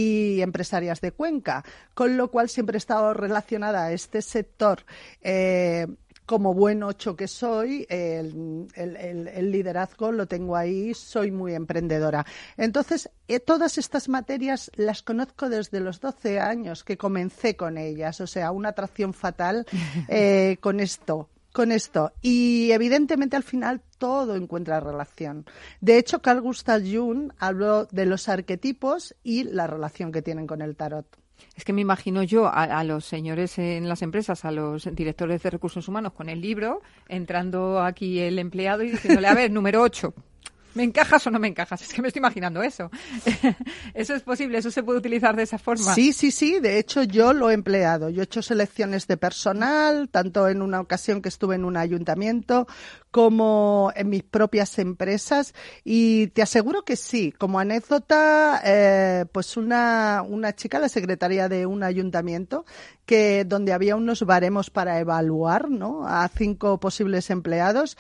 y Empresarias de Cuenca, con lo cual siempre he estado relacionada a este sector. Eh, Como buen ocho que soy, el, el, el, el liderazgo lo tengo ahí, soy muy emprendedora. Entonces, eh, todas estas materias las conozco desde los doce años que comencé con ellas, o sea, una atracción fatal eh, con esto. con esto. Y evidentemente al final todo encuentra relación. De hecho, Carl Gustav Jung habló de los arquetipos y la relación que tienen con el tarot. Es que me imagino yo a, a los señores en las empresas, a los directores de recursos humanos con el libro, entrando aquí el empleado y diciéndole, a ver, número ocho. ¿Me encajas o no me encajas? Es que me estoy imaginando eso. ¿Eso es posible? ¿Eso se puede utilizar de esa forma? Sí, sí, sí. De hecho, yo lo he empleado. Yo he hecho selecciones de personal, tanto en una ocasión que estuve en un ayuntamiento como en mis propias empresas. Y te aseguro que sí. Como anécdota, eh, pues una, una chica, la secretaria de un ayuntamiento, que donde había unos baremos para evaluar, ¿no?, a cinco posibles empleados,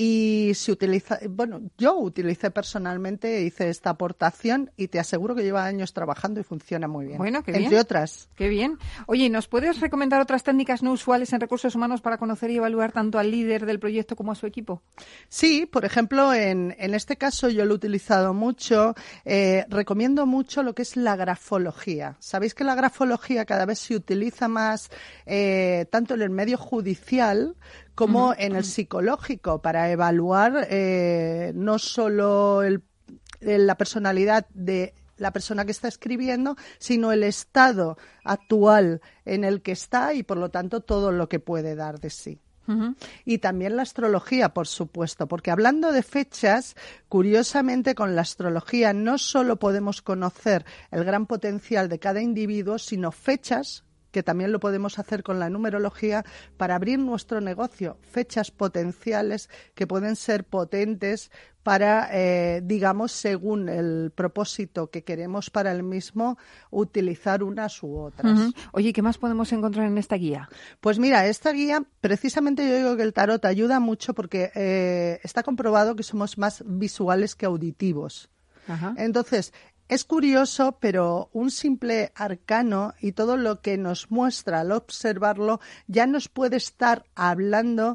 y se utiliza, bueno, yo utilicé personalmente, hice esta aportación y te aseguro que lleva años trabajando y funciona muy bien. Bueno, qué entre bien. otras. Qué bien. Oye, ¿nos puedes recomendar otras técnicas no usuales en recursos humanos para conocer y evaluar tanto al líder del proyecto como a su equipo? Sí, por ejemplo, en, en este caso yo lo he utilizado mucho. Eh, recomiendo mucho lo que es la grafología. Sabéis que la grafología cada vez se utiliza más más eh, tanto en el medio judicial como uh-huh. en el psicológico para evaluar eh, no solo el, la personalidad de la persona que está escribiendo, sino el estado actual en el que está y, por lo tanto, todo lo que puede dar de sí. Uh-huh. Y también la astrología, por supuesto, porque hablando de fechas, curiosamente con la astrología no solo podemos conocer el gran potencial de cada individuo, sino fechas, que también lo podemos hacer con la numerología, para abrir nuestro negocio, fechas potenciales que pueden ser potentes para, eh, digamos, según el propósito que queremos para el mismo, utilizar unas u otras. Uh-huh. Oye, ¿qué más podemos encontrar en esta guía? Pues mira, esta guía, precisamente yo digo que el tarot ayuda mucho porque eh, está comprobado que somos más visuales que auditivos. Uh-huh. Entonces, es curioso, pero un simple arcano y todo lo que nos muestra al observarlo ya nos puede estar hablando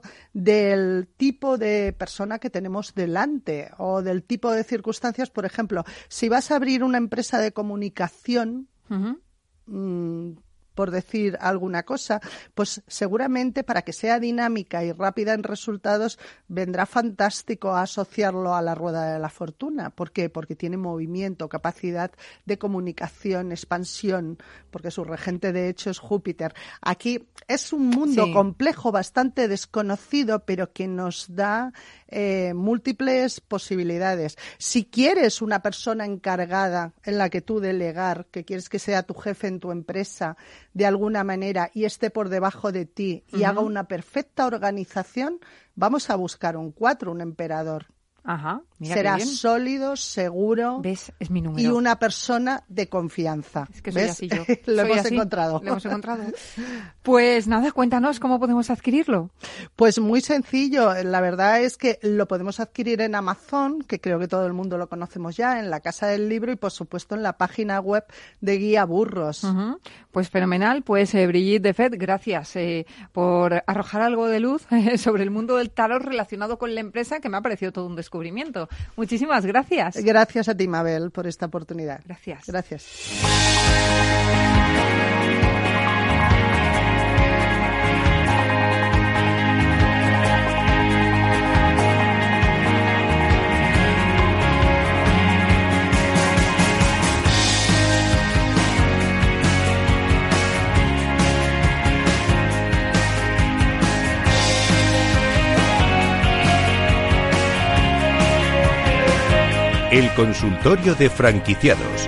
del tipo de persona que tenemos delante o del tipo de circunstancias. Por ejemplo, si vas a abrir una empresa de comunicación, uh-huh. mmm, por decir alguna cosa, pues seguramente para que sea dinámica y rápida en resultados vendrá fantástico asociarlo a la rueda de la fortuna. ¿Por qué? Porque tiene movimiento, capacidad de comunicación, expansión, porque su regente de hecho es Júpiter. Aquí es un mundo sí. complejo, bastante desconocido, pero que nos da eh, múltiples posibilidades. Si quieres una persona encargada en la que tú delegar, que quieres que sea tu jefe en tu empresa, de alguna manera, y esté por debajo de ti y uh-huh. haga una perfecta organización, vamos a buscar un cuatro, un emperador. Ajá, mira será qué bien. Sólido, seguro. ¿Ves? Es mi número. Y una persona de confianza. Es que soy ¿ves? así yo. Lo soy hemos así. encontrado. Lo hemos encontrado. Pues nada, cuéntanos cómo podemos adquirirlo. Pues muy sencillo. La verdad es que lo podemos adquirir en Amazon, que creo que todo el mundo lo conocemos ya, en la Casa del Libro y, por supuesto, en la página web de Guía Burros. Uh-huh. Pues fenomenal. Pues eh, Brigitte de Fet, gracias eh, por arrojar algo de luz eh, sobre el mundo del tarot relacionado con la empresa, que me ha parecido todo un descubrimiento. Muchísimas gracias. Gracias a ti, Mabel, por esta oportunidad. Gracias. Gracias. El consultorio de franquiciados.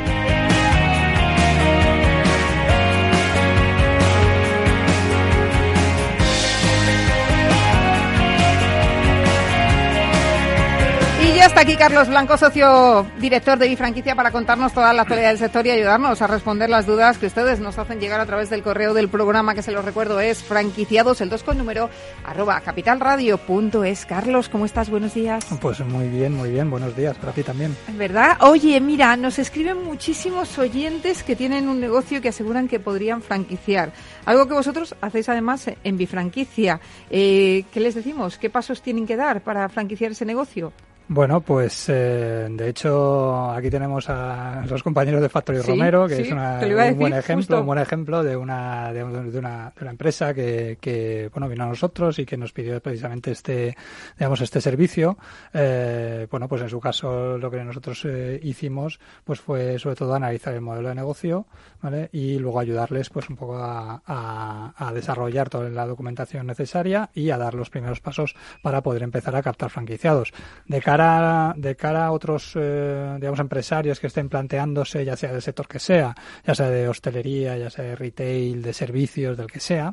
Y ya está aquí Carlos Blanco, socio director de Bifranquicia, para contarnos toda la actualidad del sector y ayudarnos a responder las dudas que ustedes nos hacen llegar a través del correo del programa, que se los recuerdo es franquiciados, el dos con número, arroba capitalradio punto es. Carlos, ¿cómo estás? Buenos días. Pues muy bien, muy bien. Buenos días para ti también. ¿Verdad? Oye, mira, nos escriben muchísimos oyentes que tienen un negocio que aseguran que podrían franquiciar. Algo que vosotros hacéis además en Bifranquicia. Eh, ¿Qué les decimos? ¿Qué pasos tienen que dar para franquiciar ese negocio? Bueno, pues eh, de hecho aquí tenemos a los compañeros de Factory sí, Romero, que sí, es una, un decir, buen ejemplo, justo. un buen ejemplo de una de, un, de una de una empresa que, que bueno vino a nosotros y que nos pidió precisamente este digamos este servicio. Eh, bueno, pues en su caso lo que nosotros eh, hicimos pues fue sobre todo analizar el modelo de negocio, ¿vale? Y luego ayudarles pues un poco a, a, a desarrollar toda la documentación necesaria y a dar los primeros pasos para poder empezar a captar franquiciados. De cara de cara a otros eh, digamos empresarios que estén planteándose, ya sea del sector que sea, ya sea de hostelería, ya sea de retail, de servicios, del que sea,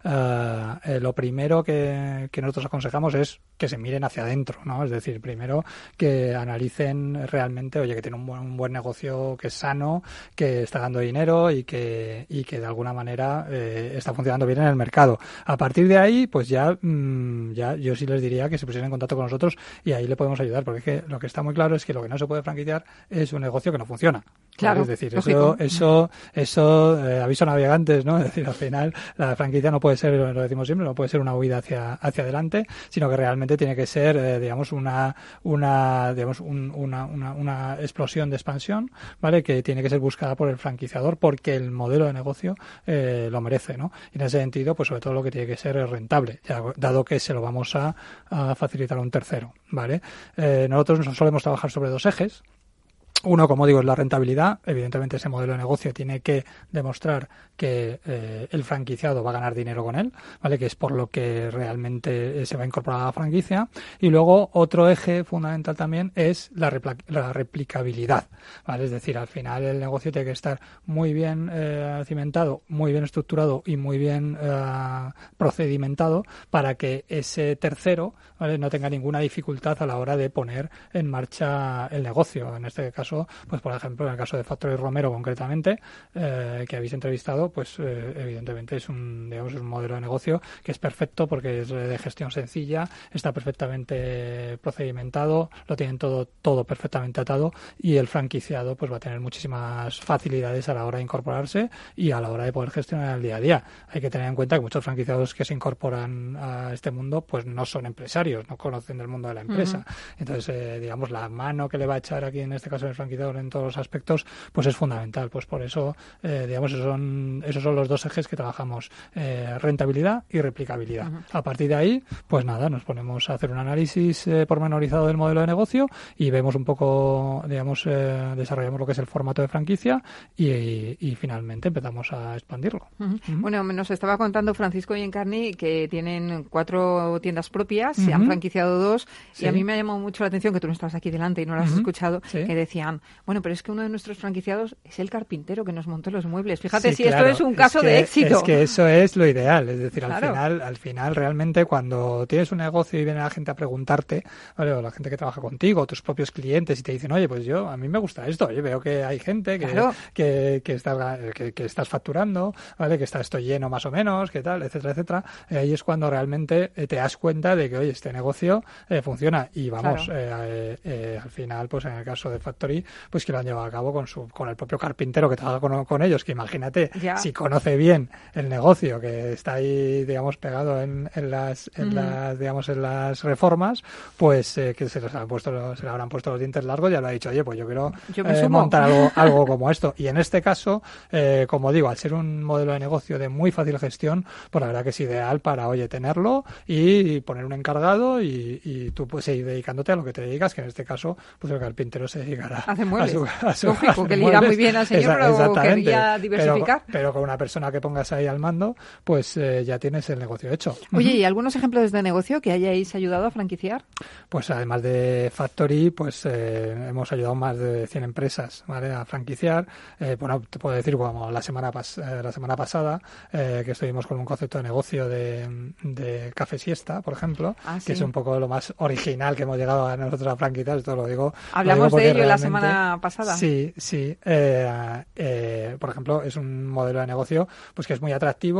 eh, eh, lo primero que, que nosotros aconsejamos es que se miren hacia adentro, ¿no? Es decir, primero que analicen realmente, oye, que tiene un buen, un buen negocio, que es sano, que está dando dinero y que y que de alguna manera eh, está funcionando bien en el mercado. A partir de ahí, pues ya mmm, ya yo sí les diría que se pusieran en contacto con nosotros y ahí le podemos ayudar, porque es que lo que está muy claro es que lo que no se puede franquiciar es un negocio que no funciona. Claro, es decir, lógico. eso, eso, eso eh, aviso a navegantes, ¿no? Es decir, al final la franquicia no puede ser, lo decimos siempre, no puede ser una huida hacia hacia adelante, sino que realmente tiene que ser, eh, digamos, una una digamos un, una, una una explosión de expansión, ¿vale? Que tiene que ser buscada por el franquiciador porque el modelo de negocio eh, lo merece, ¿no? Y en ese sentido, pues sobre todo lo que tiene que ser es rentable, ya, dado que se lo vamos a, a facilitar a un tercero, ¿vale? Eh, nosotros solemos trabajar sobre dos ejes. Uno, como digo, es la rentabilidad. Evidentemente, ese modelo de negocio tiene que demostrar que eh, el franquiciado va a ganar dinero con él, ¿vale? Que es por lo que realmente se va a incorporar a la franquicia. Y luego, otro eje fundamental también es la, repla- la replicabilidad, ¿vale? Es decir, al final el negocio tiene que estar muy bien eh, cimentado, muy bien estructurado y muy bien eh, procedimentado para que ese tercero, ¿vale? No tenga ninguna dificultad a la hora de poner en marcha el negocio. En este caso, pues por ejemplo, en el caso de Factory Romero concretamente, eh, que habéis entrevistado, pues eh, evidentemente es un, digamos, es un modelo de negocio que es perfecto porque es de gestión sencilla, está perfectamente procedimentado, lo tienen todo, todo perfectamente atado y el franquiciado pues va a tener muchísimas facilidades a la hora de incorporarse y a la hora de poder gestionar el día a día. Hay que tener en cuenta que muchos franquiciados que se incorporan a este mundo pues no son empresarios, no conocen del mundo de la empresa. Uh-huh. Entonces, eh, digamos, la mano que le va a echar aquí en este caso el franquiciador en todos los aspectos, pues es fundamental. Pues por eso, eh, digamos, esos son, esos son los dos ejes que trabajamos, eh, rentabilidad y replicabilidad. Uh-huh. A partir de ahí, pues nada, nos ponemos a hacer un análisis eh, pormenorizado del modelo de negocio y vemos un poco, digamos, eh, desarrollamos lo que es el formato de franquicia y, y, y finalmente empezamos a expandirlo. Uh-huh. Uh-huh. Bueno, nos estaba contando Francisco y Encarni que tienen cuatro tiendas propias, uh-huh. se han franquiciado dos sí. y a mí me ha llamado mucho la atención que tú no estabas aquí delante y no lo has uh-huh. escuchado, sí. que decían, bueno, pero es que uno de nuestros franquiciados es el carpintero que nos montó los muebles. Fíjate sí, si claro. esto es un caso es que, de éxito. Es que eso es lo ideal. Es decir, claro. al final, al final realmente cuando tienes un negocio y viene la gente a preguntarte, ¿vale? O la gente que trabaja contigo, tus propios clientes y te dicen, oye, pues yo, a mí me gusta esto. Yo veo que hay gente que, claro. que, que, está, que, que estás facturando, ¿vale? Que está esto lleno más o menos, que tal, etcétera, etcétera. Eh, ahí es cuando realmente eh, te das cuenta de que, oye, este negocio eh, funciona y vamos, claro. eh, eh, eh, al final, pues en el caso de Factory, pues que lo han llevado a cabo con su con el propio carpintero que trabaja con, con ellos, que imagínate, ya. si conoce bien el negocio, que está ahí, digamos, pegado en, en las, en uh-huh. las, digamos, en las reformas, pues eh, que se les han puesto, se le habrán puesto los dientes largos y ya lo ha dicho, oye, pues yo quiero yo eh, montar algo, algo como esto. Y en este caso, eh, como digo, al ser un modelo de negocio de muy fácil gestión, pues la verdad que es ideal para, oye, tenerlo y poner un encargado y, y tú puedes seguir dedicándote a lo que te dedicas, que en este caso, pues el carpintero se dedicará Hace muebles. a su, a su Lógico, que le irá muy bien al señor, pero quería diversificar. Pero, pero con una persona que pongas ahí al mando, pues eh, ya tienes el negocio hecho. Oye, ¿y algunos ejemplos de negocio que hayáis ayudado a franquiciar? Pues además de Factory, pues eh, hemos ayudado a más de cien empresas, ¿vale? A franquiciar. Eh, bueno, te puedo decir, como la semana, pas- eh, la semana pasada, eh, que estuvimos con un concepto de negocio de, de café siesta, por ejemplo, ah, sí. que es un poco lo más original que hemos llegado a nosotros a franquiciar, esto lo digo. Hablamos lo digo de ello realmente, la semana pasada. Sí, sí. Eh, eh, por ejemplo, es un modelo de negocio pues que es muy atractivo,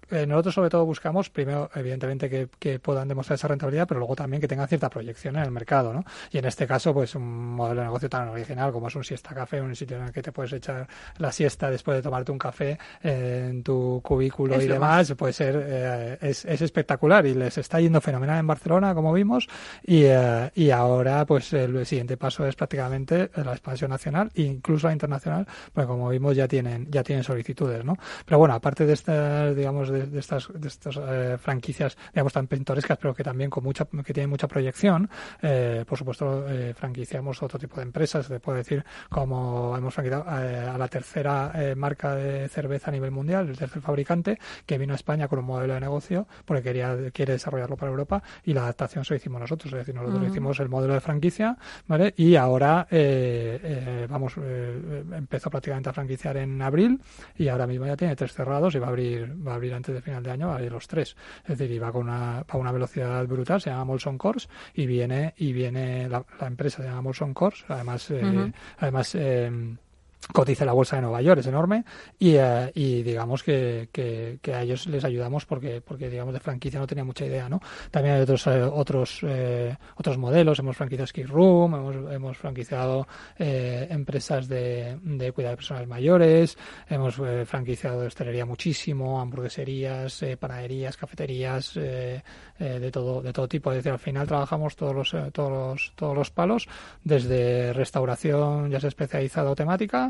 eh, nosotros sobre todo buscamos, primero, evidentemente, que, que puedan demostrar esa rentabilidad, pero luego también que tengan cierta proyección en el mercado, ¿no? Y en este caso, pues un modelo de negocio tan original como es un siesta café, un sitio en el que te puedes echar la siesta después de tomarte un café eh, en tu cubículo es y demás, más. puede ser, eh, es, es espectacular y les está yendo fenomenal en Barcelona, como vimos, y, eh, y ahora, pues el siguiente paso es prácticamente la expansión nacional e incluso la internacional, pues como vimos ya tienen, ya tienen solicitudes, ¿no? Pero bueno, aparte de estas, digamos, de, de estas, de estas eh, franquicias, digamos, tan pintorescas, pero que también con mucha, que tienen mucha proyección, eh, por supuesto, eh, franquiciamos otro tipo de empresas, te puedo decir, como hemos franquiciado eh, a la tercera eh, marca de cerveza a nivel mundial, el tercer fabricante, que vino a España con un modelo de negocio, porque quería, quiere desarrollarlo para Europa, y la adaptación se lo hicimos nosotros, es decir, nosotros uh-huh. hicimos el modelo de franquicia, ¿vale? Y ahora, eh, eh, vamos, eh, empezó prácticamente a franquiciar en abril, y ahora mismo ya tiene tres cerrados y va a abrir, va a abrir antes de final de año, va a abrir los tres. Es decir, y va con una, va a una velocidad brutal, se llama Molson Coors, y viene, y viene la, la empresa se llama Molson Coors, además, eh, uh-huh. además, eh, cotiza en la bolsa de Nueva York, es enorme, y, uh, y digamos que, que, que a ellos les ayudamos porque, porque digamos de franquicia no tenía mucha idea, ¿no? También hay otros eh, otros eh, otros modelos, hemos franquiciado Ski Room, hemos, hemos franquiciado eh, empresas de, de cuidado de personas mayores, hemos eh, franquiciado hostelería muchísimo, hamburgueserías, eh, panaderías, cafeterías, eh, eh, de todo de todo tipo. Es decir, al final trabajamos todos los eh, todos los todos los palos, desde restauración ya sea especializada o temática,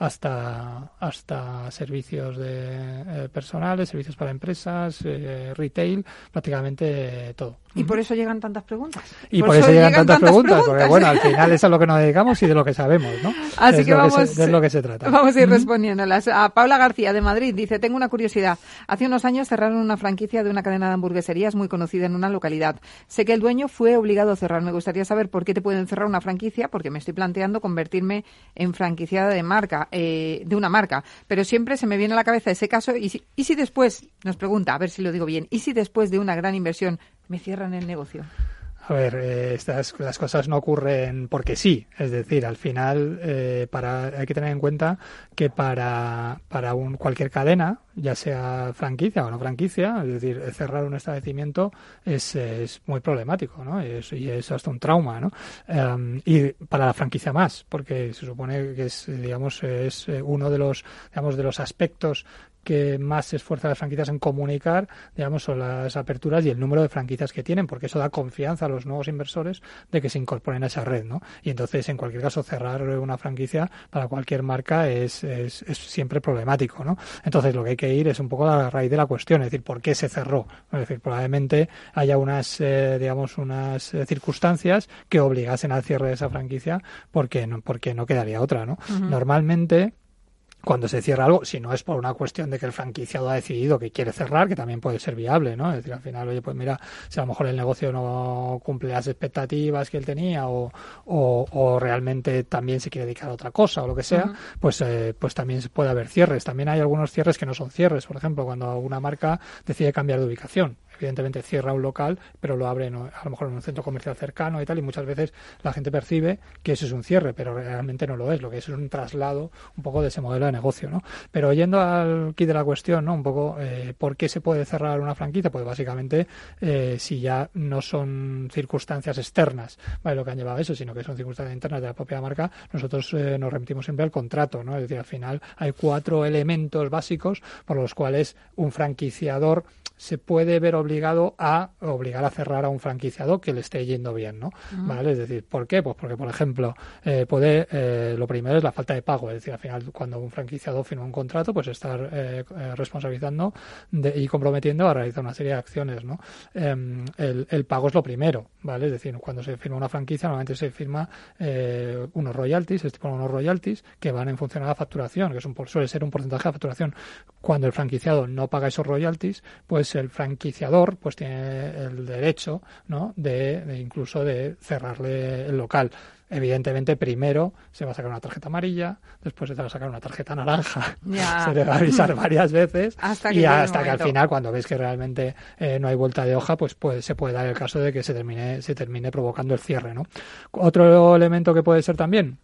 hasta hasta servicios de eh, personales, servicios para empresas, eh, retail, prácticamente eh, todo. Y por eso llegan tantas preguntas. Y por, por eso, eso llegan, llegan tantas, tantas preguntas, preguntas, porque bueno, al final es a lo que nos dedicamos y de lo que sabemos, ¿no? Así es que vamos, que se, de lo que se trata. Vamos a ir respondiéndolas. A Paula García de Madrid dice, tengo una curiosidad. Hace unos años cerraron una franquicia de una cadena de hamburgueserías muy conocida en una localidad. Sé que el dueño fue obligado a cerrar. Me gustaría saber por qué te pueden cerrar una franquicia, porque me estoy planteando convertirme en franquiciada de marca, eh, de una marca. Pero siempre se me viene a la cabeza ese caso. Y si, y si después, nos pregunta, a ver si lo digo bien, y si después de una gran inversión me cierran el negocio. A ver, eh, estas las cosas no ocurren porque sí, es decir, al final eh, para hay que tener en cuenta que para para un cualquier cadena, ya sea franquicia o no franquicia, es decir, cerrar un establecimiento es, es muy problemático, ¿no? Y es, y es hasta un trauma, ¿no? Um, y para la franquicia más, porque se supone que es, digamos, es uno de los, digamos, de los aspectos que más se esfuerzan las franquicias en comunicar, digamos, son las aperturas y el número de franquicias que tienen, porque eso da confianza a los nuevos inversores de que se incorporen a esa red, ¿no? Y entonces, en cualquier caso, cerrar una franquicia para cualquier marca es, es, es siempre problemático, ¿no? Entonces, lo que hay que ir es un poco a la raíz de la cuestión, es decir, ¿por qué se cerró? Es decir, probablemente haya unas, eh, digamos, unas eh, circunstancias que obligasen al cierre de esa franquicia porque no, porque no quedaría otra, ¿no? Uh-huh. Normalmente, cuando se cierra algo, si no es por una cuestión de que el franquiciado ha decidido que quiere cerrar, que también puede ser viable, ¿no? Es decir, al final, oye, pues mira, si a lo mejor el negocio no cumple las expectativas que él tenía o, o, o realmente también se quiere dedicar a otra cosa o lo que sea, uh-huh. pues eh, pues también puede haber cierres. También hay algunos cierres que no son cierres, por ejemplo, cuando una marca decide cambiar de ubicación. Evidentemente cierra un local, pero lo abre, ¿no?, a lo mejor en un centro comercial cercano y tal, y muchas veces la gente percibe que eso es un cierre, pero realmente no lo es. Lo que es es un traslado un poco de ese modelo de negocio, ¿no? Pero yendo al kit de la cuestión, ¿no?, un poco, eh, ¿por qué se puede cerrar una franquicia? Pues básicamente, eh, si ya no son circunstancias externas, ¿vale?, lo que han llevado a eso, sino que son circunstancias internas de la propia marca, nosotros eh, nos remitimos siempre al contrato, ¿no? Es decir, al final hay cuatro elementos básicos por los cuales un franquiciador se puede ver obligado a obligar a cerrar a un franquiciado que le esté yendo bien, ¿no? Uh-huh. ¿Vale? Es decir, ¿por qué? Pues porque, por ejemplo, eh, puede, eh, lo primero es la falta de pago, es decir, al final cuando un franquiciado firma un contrato, pues estar eh, responsabilizando de, y comprometiendo a realizar una serie de acciones, ¿no? Eh, el, el pago es lo primero, ¿vale? Es decir, cuando se firma una franquicia, normalmente se firma eh, unos royalties, se estipulan unos royalties que van en función a la facturación, que es un, suele ser un porcentaje de la facturación. Cuando el franquiciado no paga esos royalties, pues el franquiciador pues tiene el derecho, ¿no?, de, de incluso de cerrarle el local. Evidentemente, primero se va a sacar una tarjeta amarilla, después se va a sacar una tarjeta naranja, ya. Se le va a avisar varias veces hasta y hasta que al final, cuando ves que realmente eh, no hay vuelta de hoja, pues, pues se puede dar el caso de que se termine, se termine provocando el cierre, ¿no? Otro elemento que puede ser también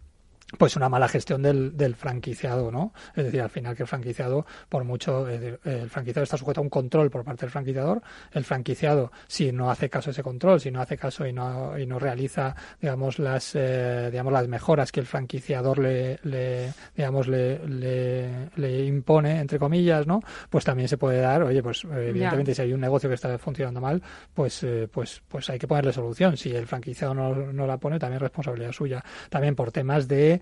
pues una mala gestión del, del franquiciado, ¿no? Es decir, al final que el franquiciado, por mucho, es decir, el franquiciado está sujeto a un control por parte del franquiciador. El franquiciado, si no hace caso a ese control, si no hace caso y no y no realiza, digamos, las eh, digamos las mejoras que el franquiciador le, le digamos le, le, le impone, entre comillas, ¿no? Pues también se puede dar, oye, pues evidentemente yeah. si hay un negocio que está funcionando mal, pues eh, pues pues hay que ponerle solución. Si el franquiciado no, no la pone, también es responsabilidad suya. También por temas de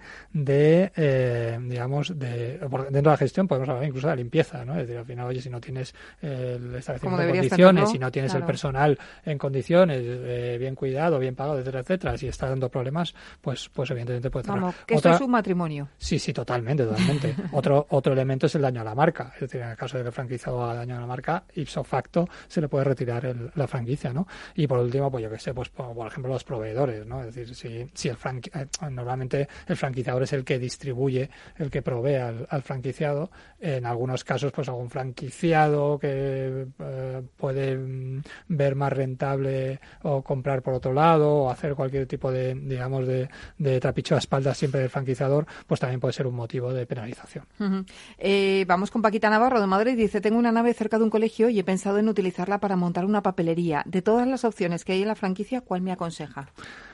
de eh, digamos de dentro de la gestión podemos hablar incluso de la limpieza, ¿no? Es decir, al final, oye, si no tienes el establecimiento en condiciones, tenerlo, si no tienes claro. el personal en condiciones, eh, bien cuidado, bien pagado, etcétera, etcétera, si está dando problemas, pues pues evidentemente puede cerrar. Vamos, que Otra... esto es un matrimonio. Sí, sí, totalmente, totalmente. otro otro elemento es el daño a la marca. Es decir, en el caso de que el franquiciado haga daño a la marca, ipso facto se le puede retirar el, la franquicia, ¿no? Y por último, pues yo que sé, pues por, por ejemplo los proveedores, ¿no? Es decir, si si el franqui... eh, normalmente el franquiciador es el que distribuye, el que provee al, al franquiciado. En algunos casos, pues algún franquiciado que eh, puede mm, ver más rentable o comprar por otro lado o hacer cualquier tipo de, digamos, de, de trapicho a espaldas siempre del franquiciador, pues también puede ser un motivo de penalización. Uh-huh. Eh, vamos con Paquita Navarro de Madrid. Dice, tengo una nave cerca de un colegio y he pensado en utilizarla para montar una papelería. De todas las opciones que hay en la franquicia, ¿cuál me aconseja?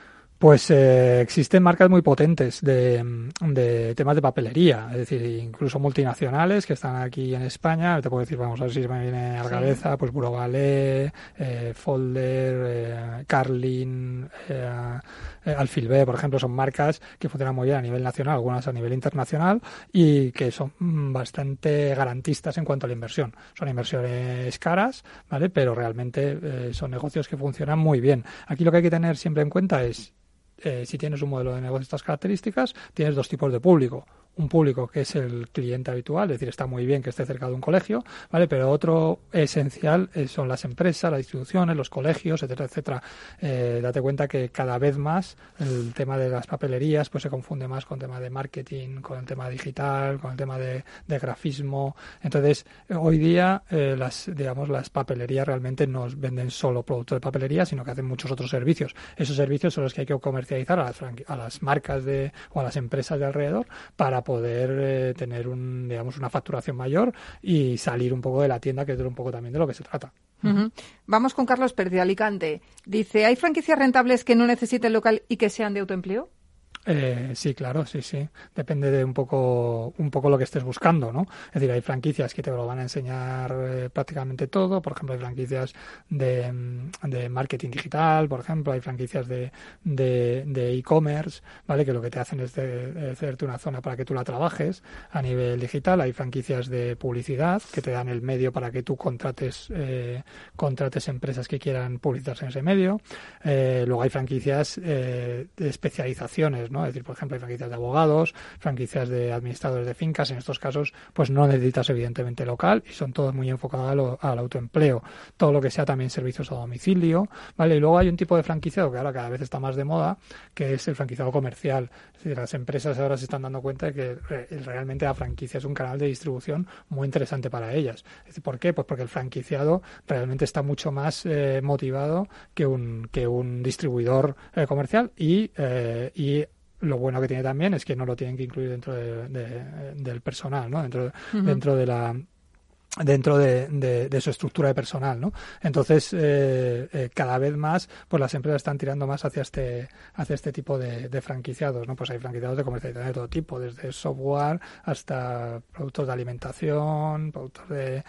Pues eh, existen marcas muy potentes de, de temas de papelería, es decir, incluso multinacionales que están aquí en España. Te puedo decir, vamos a ver si me viene a la sí. cabeza, pues Burogalé, eh, Folder, eh, Carlin, eh, eh, Alfilbé, por ejemplo, son marcas que funcionan muy bien a nivel nacional, algunas a nivel internacional, y que son bastante garantistas en cuanto a la inversión. Son inversiones caras, ¿vale? Pero realmente eh, son negocios que funcionan muy bien. Aquí lo que hay que tener siempre en cuenta es Eh, si tienes un modelo de negocio de estas características, tienes dos tipos de público. Un público que es el cliente habitual, es decir, está muy bien que esté cerca de un colegio, ¿vale? Pero otro esencial eh, son las empresas, las instituciones, los colegios, etcétera, etcétera. Eh, date cuenta que cada vez más el tema de las papelerías pues se confunde más con el tema de marketing, con el tema digital, con el tema de, de grafismo. Entonces, eh, hoy día eh, las, digamos, las papelerías realmente no venden solo productos de papelería, sino que hacen muchos otros servicios. Esos servicios son los que hay que comercializar a las, a las marcas de, o a las empresas de alrededor para poder eh, tener un, digamos, una facturación mayor y salir un poco de la tienda, que es de un poco también de lo que se trata. Uh-huh. Vamos con Carlos Pérez de Alicante. Dice, ¿hay franquicias rentables que no necesiten local y que sean de autoempleo? Eh, sí, claro, sí, sí. Depende de un poco, un poco lo que estés buscando, ¿no? Es decir, hay franquicias que te lo van a enseñar eh, prácticamente todo. Por ejemplo, hay franquicias de, de marketing digital, por ejemplo, hay franquicias de de, de e-commerce, ¿vale? Que lo que te hacen es de, de hacerte una zona para que tú la trabajes a nivel digital. Hay franquicias de publicidad que te dan el medio para que tú contrates eh, contrates empresas que quieran publicitarse en ese medio. Eh, luego hay franquicias eh, de especializaciones, ¿no? Es decir, por ejemplo, hay franquicias de abogados, franquicias de administradores de fincas. En estos casos, pues no necesitas evidentemente local y son todos muy enfocados al, al autoempleo. Todo lo que sea también servicios a domicilio, ¿vale? Y luego hay un tipo de franquiciado que ahora cada vez está más de moda, que es el franquiciado comercial. Es decir, las empresas ahora se están dando cuenta de que realmente la franquicia es un canal de distribución muy interesante para ellas. Es decir, ¿por qué? Pues porque el franquiciado realmente está mucho más eh, motivado que un que un distribuidor eh, comercial y eh, y lo bueno que tiene también es que no lo tienen que incluir dentro de, de, del personal, ¿no? Dentro, uh-huh. dentro de la dentro de, de, de su estructura de personal, ¿no? Entonces, eh, eh, cada vez más, pues las empresas están tirando más hacia este hacia este tipo de, de franquiciados, ¿no? Pues hay franquiciados de comercialización de todo tipo, desde software hasta productos de alimentación, productos de,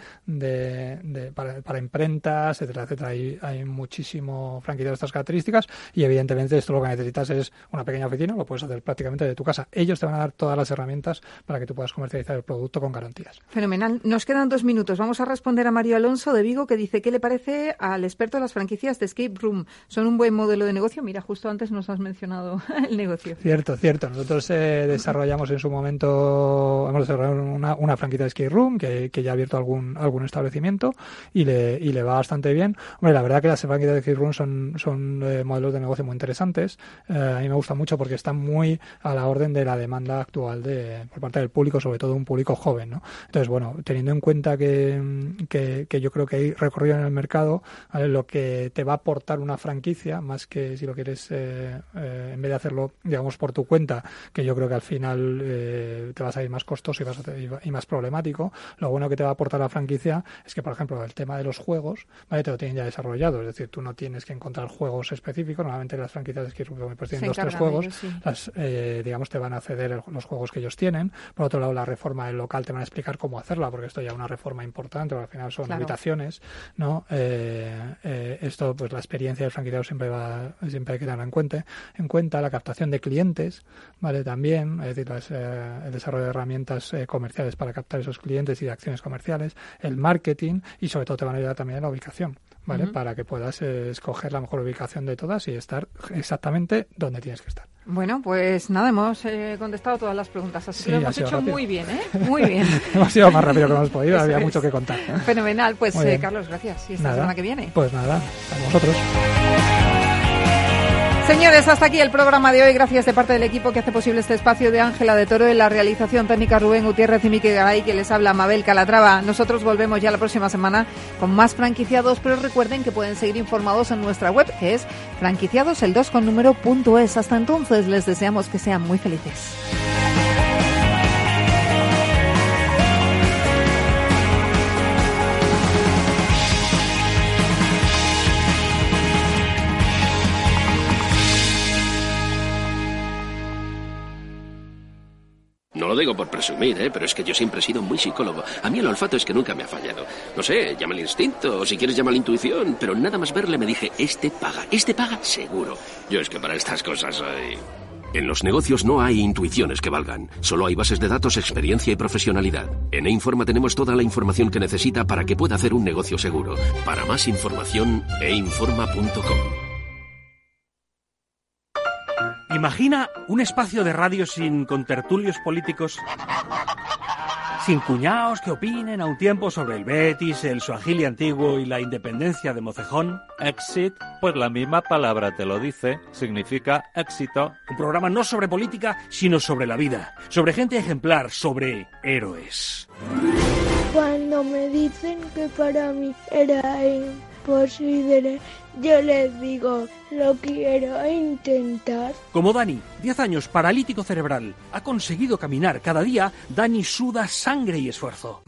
de, de para, para imprentas, etcétera, etcétera. Hay, hay muchísimo franquiciado de estas características y evidentemente esto lo que necesitas es una pequeña oficina, lo puedes hacer prácticamente de tu casa. Ellos te van a dar todas las herramientas para que tú puedas comercializar el producto con garantías. Fenomenal. Nos quedan dos minutos. Vamos a responder a Mario Alonso de Vigo, que dice, ¿qué le parece al experto de las franquicias de Escape Room? ¿Son un buen modelo de negocio? Mira, justo antes nos has mencionado el negocio. Cierto, cierto. Nosotros eh, desarrollamos en su momento, hemos desarrollado una, una franquicia de Escape Room que, que ya ha abierto algún algún establecimiento y le y le va bastante bien. Hombre, la verdad que las franquicias de Escape Room son, son eh, modelos de negocio muy interesantes. Eh, a mí me gusta mucho porque están muy a la orden de la demanda actual de por parte del público, sobre todo un público joven, ¿no? Entonces, bueno, teniendo en cuenta que que, que, que yo creo que hay recorrido en el mercado, ¿vale? Lo que te va a aportar una franquicia, más que si lo quieres, eh, eh, en vez de hacerlo, digamos, por tu cuenta, que yo creo que al final eh, te vas a ir más costoso y, vas a, y más problemático, lo bueno que te va a aportar la franquicia es que, por ejemplo, el tema de los juegos, ¿vale? Te lo tienen ya desarrollado, es decir, tú no tienes que encontrar juegos específicos. Normalmente las franquicias es que pues, tienen dos o tres juegos, ellos, sí. las, eh, digamos, te van a ceder el, los juegos que ellos tienen. Por otro lado, la reforma del local te van a explicar cómo hacerla, porque esto ya es una reforma importante, porque al final son claro. habitaciones, ¿no? Eh, eh, esto, pues la experiencia del franquiciado siempre va, siempre hay que tenerla en cuenta, en cuenta la captación de clientes, ¿vale? También, es decir, las, eh, el desarrollo de herramientas eh, comerciales para captar esos clientes y de acciones comerciales, el marketing y sobre todo te van a ayudar también en la ubicación, ¿vale? Uh-huh. Para que puedas eh, escoger la mejor ubicación de todas y estar exactamente donde tienes que estar. Bueno, pues nada, hemos eh, contestado todas las preguntas, así sí, que lo hemos hecho rápido. Muy bien, ¿eh? Muy bien. Hemos sido más rápido que hemos podido, Eso había es. mucho que contar. ¿eh? Fenomenal, pues eh, Carlos, gracias. Y esta nada. semana que viene. Pues nada, a vosotros. Señores, hasta aquí el programa de hoy. Gracias de parte del equipo que hace posible este espacio, de Ángela de Toro, en la realización técnica Rubén Gutiérrez y Miquel Garay, que les habla Mabel Calatrava. Nosotros volvemos ya la próxima semana con más franquiciados, pero recuerden que pueden seguir informados en nuestra web, que es franquiciados el dos con número punto es. Hasta entonces les deseamos que sean muy felices. No lo digo por presumir, ¿eh? Pero es que yo siempre he sido muy psicólogo. A mí el olfato es que nunca me ha fallado. No sé, llama el instinto, o si quieres llama la intuición, pero nada más verle me dije, este paga, este paga seguro. Yo es que para estas cosas soy... En los negocios no hay intuiciones que valgan. Solo hay bases de datos, experiencia y profesionalidad. En E-Informa tenemos toda la información que necesita para que pueda hacer un negocio seguro. Para más información, e informa punto com. Imagina un espacio de radio sin contertulios políticos, sin cuñaos que opinen a un tiempo sobre el Betis, el Swahili antiguo y la independencia de Mocejón. Exit, pues la misma palabra te lo dice, significa éxito. Un programa no sobre política, sino sobre la vida, sobre gente ejemplar, sobre héroes. Cuando me dicen que para mí era imposible, yo les digo, lo quiero intentar. Como Dani, diez años, paralítico cerebral, ha conseguido caminar cada día. Dani suda sangre y esfuerzo.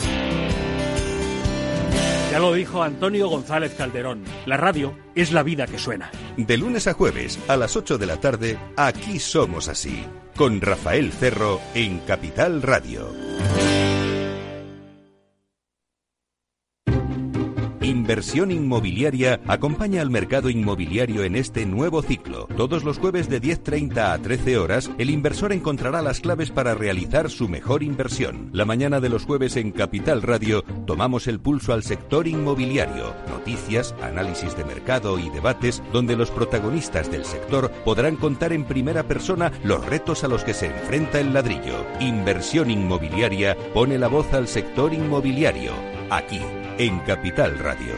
Ya lo dijo Antonio González Calderón, la radio es la vida que suena. De lunes a jueves, a las ocho de la tarde, Aquí Somos Así, con Rafael Cerro en Capital Radio. Inversión Inmobiliaria acompaña al mercado inmobiliario en este nuevo ciclo. Todos los jueves de diez treinta a trece horas, el inversor encontrará las claves para realizar su mejor inversión. La mañana de los jueves en Capital Radio tomamos el pulso al sector inmobiliario. Noticias, análisis de mercado y debates donde los protagonistas del sector podrán contar en primera persona los retos a los que se enfrenta el ladrillo. Inversión Inmobiliaria pone la voz al sector inmobiliario. Aquí, en Capital Radio.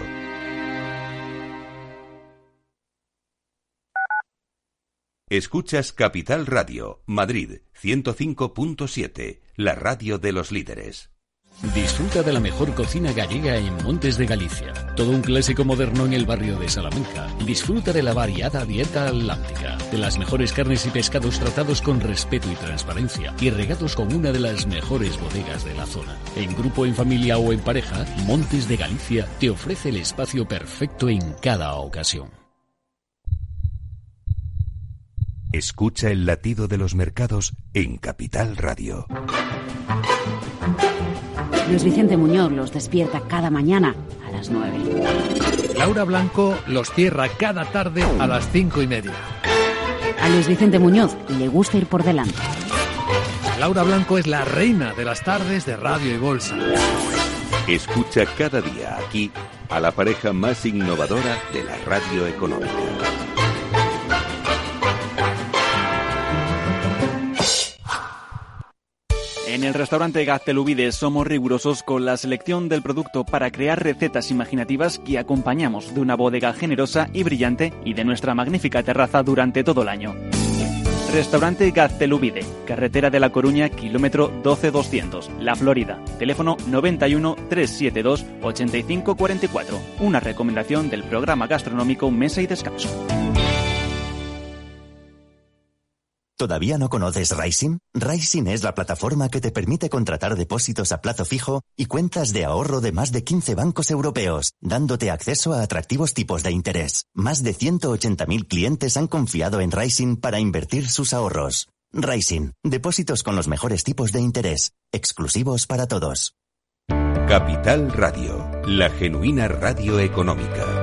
Escuchas Capital Radio, Madrid, ciento cinco punto siete, la radio de los líderes. Disfruta de la mejor cocina gallega en Montes de Galicia. Todo un clásico moderno en el barrio de Salamanca. Disfruta de la variada dieta atlántica, de las mejores carnes y pescados tratados con respeto y transparencia y regados con una de las mejores bodegas de la zona. En grupo, en familia o en pareja, Montes de Galicia te ofrece el espacio perfecto en cada ocasión. Escucha el latido de los mercados en Capital Radio. Luis Vicente Muñoz los despierta cada mañana a las nueve. Laura Blanco los cierra cada tarde a las cinco y media. A Luis Vicente Muñoz le gusta ir por delante. Laura Blanco es la reina de las tardes de Radio y Bolsa. Escucha cada día aquí a la pareja más innovadora de la radio económica. En el restaurante Gaztelubides somos rigurosos con la selección del producto para crear recetas imaginativas que acompañamos de una bodega generosa y brillante y de nuestra magnífica terraza durante todo el año. Restaurante Gaztelubide, carretera de La Coruña, kilómetro doce doscientos, La Florida. Teléfono noventa y uno, trescientos setenta y dos, ochenta y cinco cuarenta y cuatro. Una recomendación del programa gastronómico Mesa y Descanso. ¿Todavía no conoces Raisin? Raisin es la plataforma que te permite contratar depósitos a plazo fijo y cuentas de ahorro de más de quince bancos europeos, dándote acceso a atractivos tipos de interés. Más de ciento ochenta mil clientes han confiado en Raisin para invertir sus ahorros. Raisin, depósitos con los mejores tipos de interés, exclusivos para todos. Capital Radio, la genuina radio económica.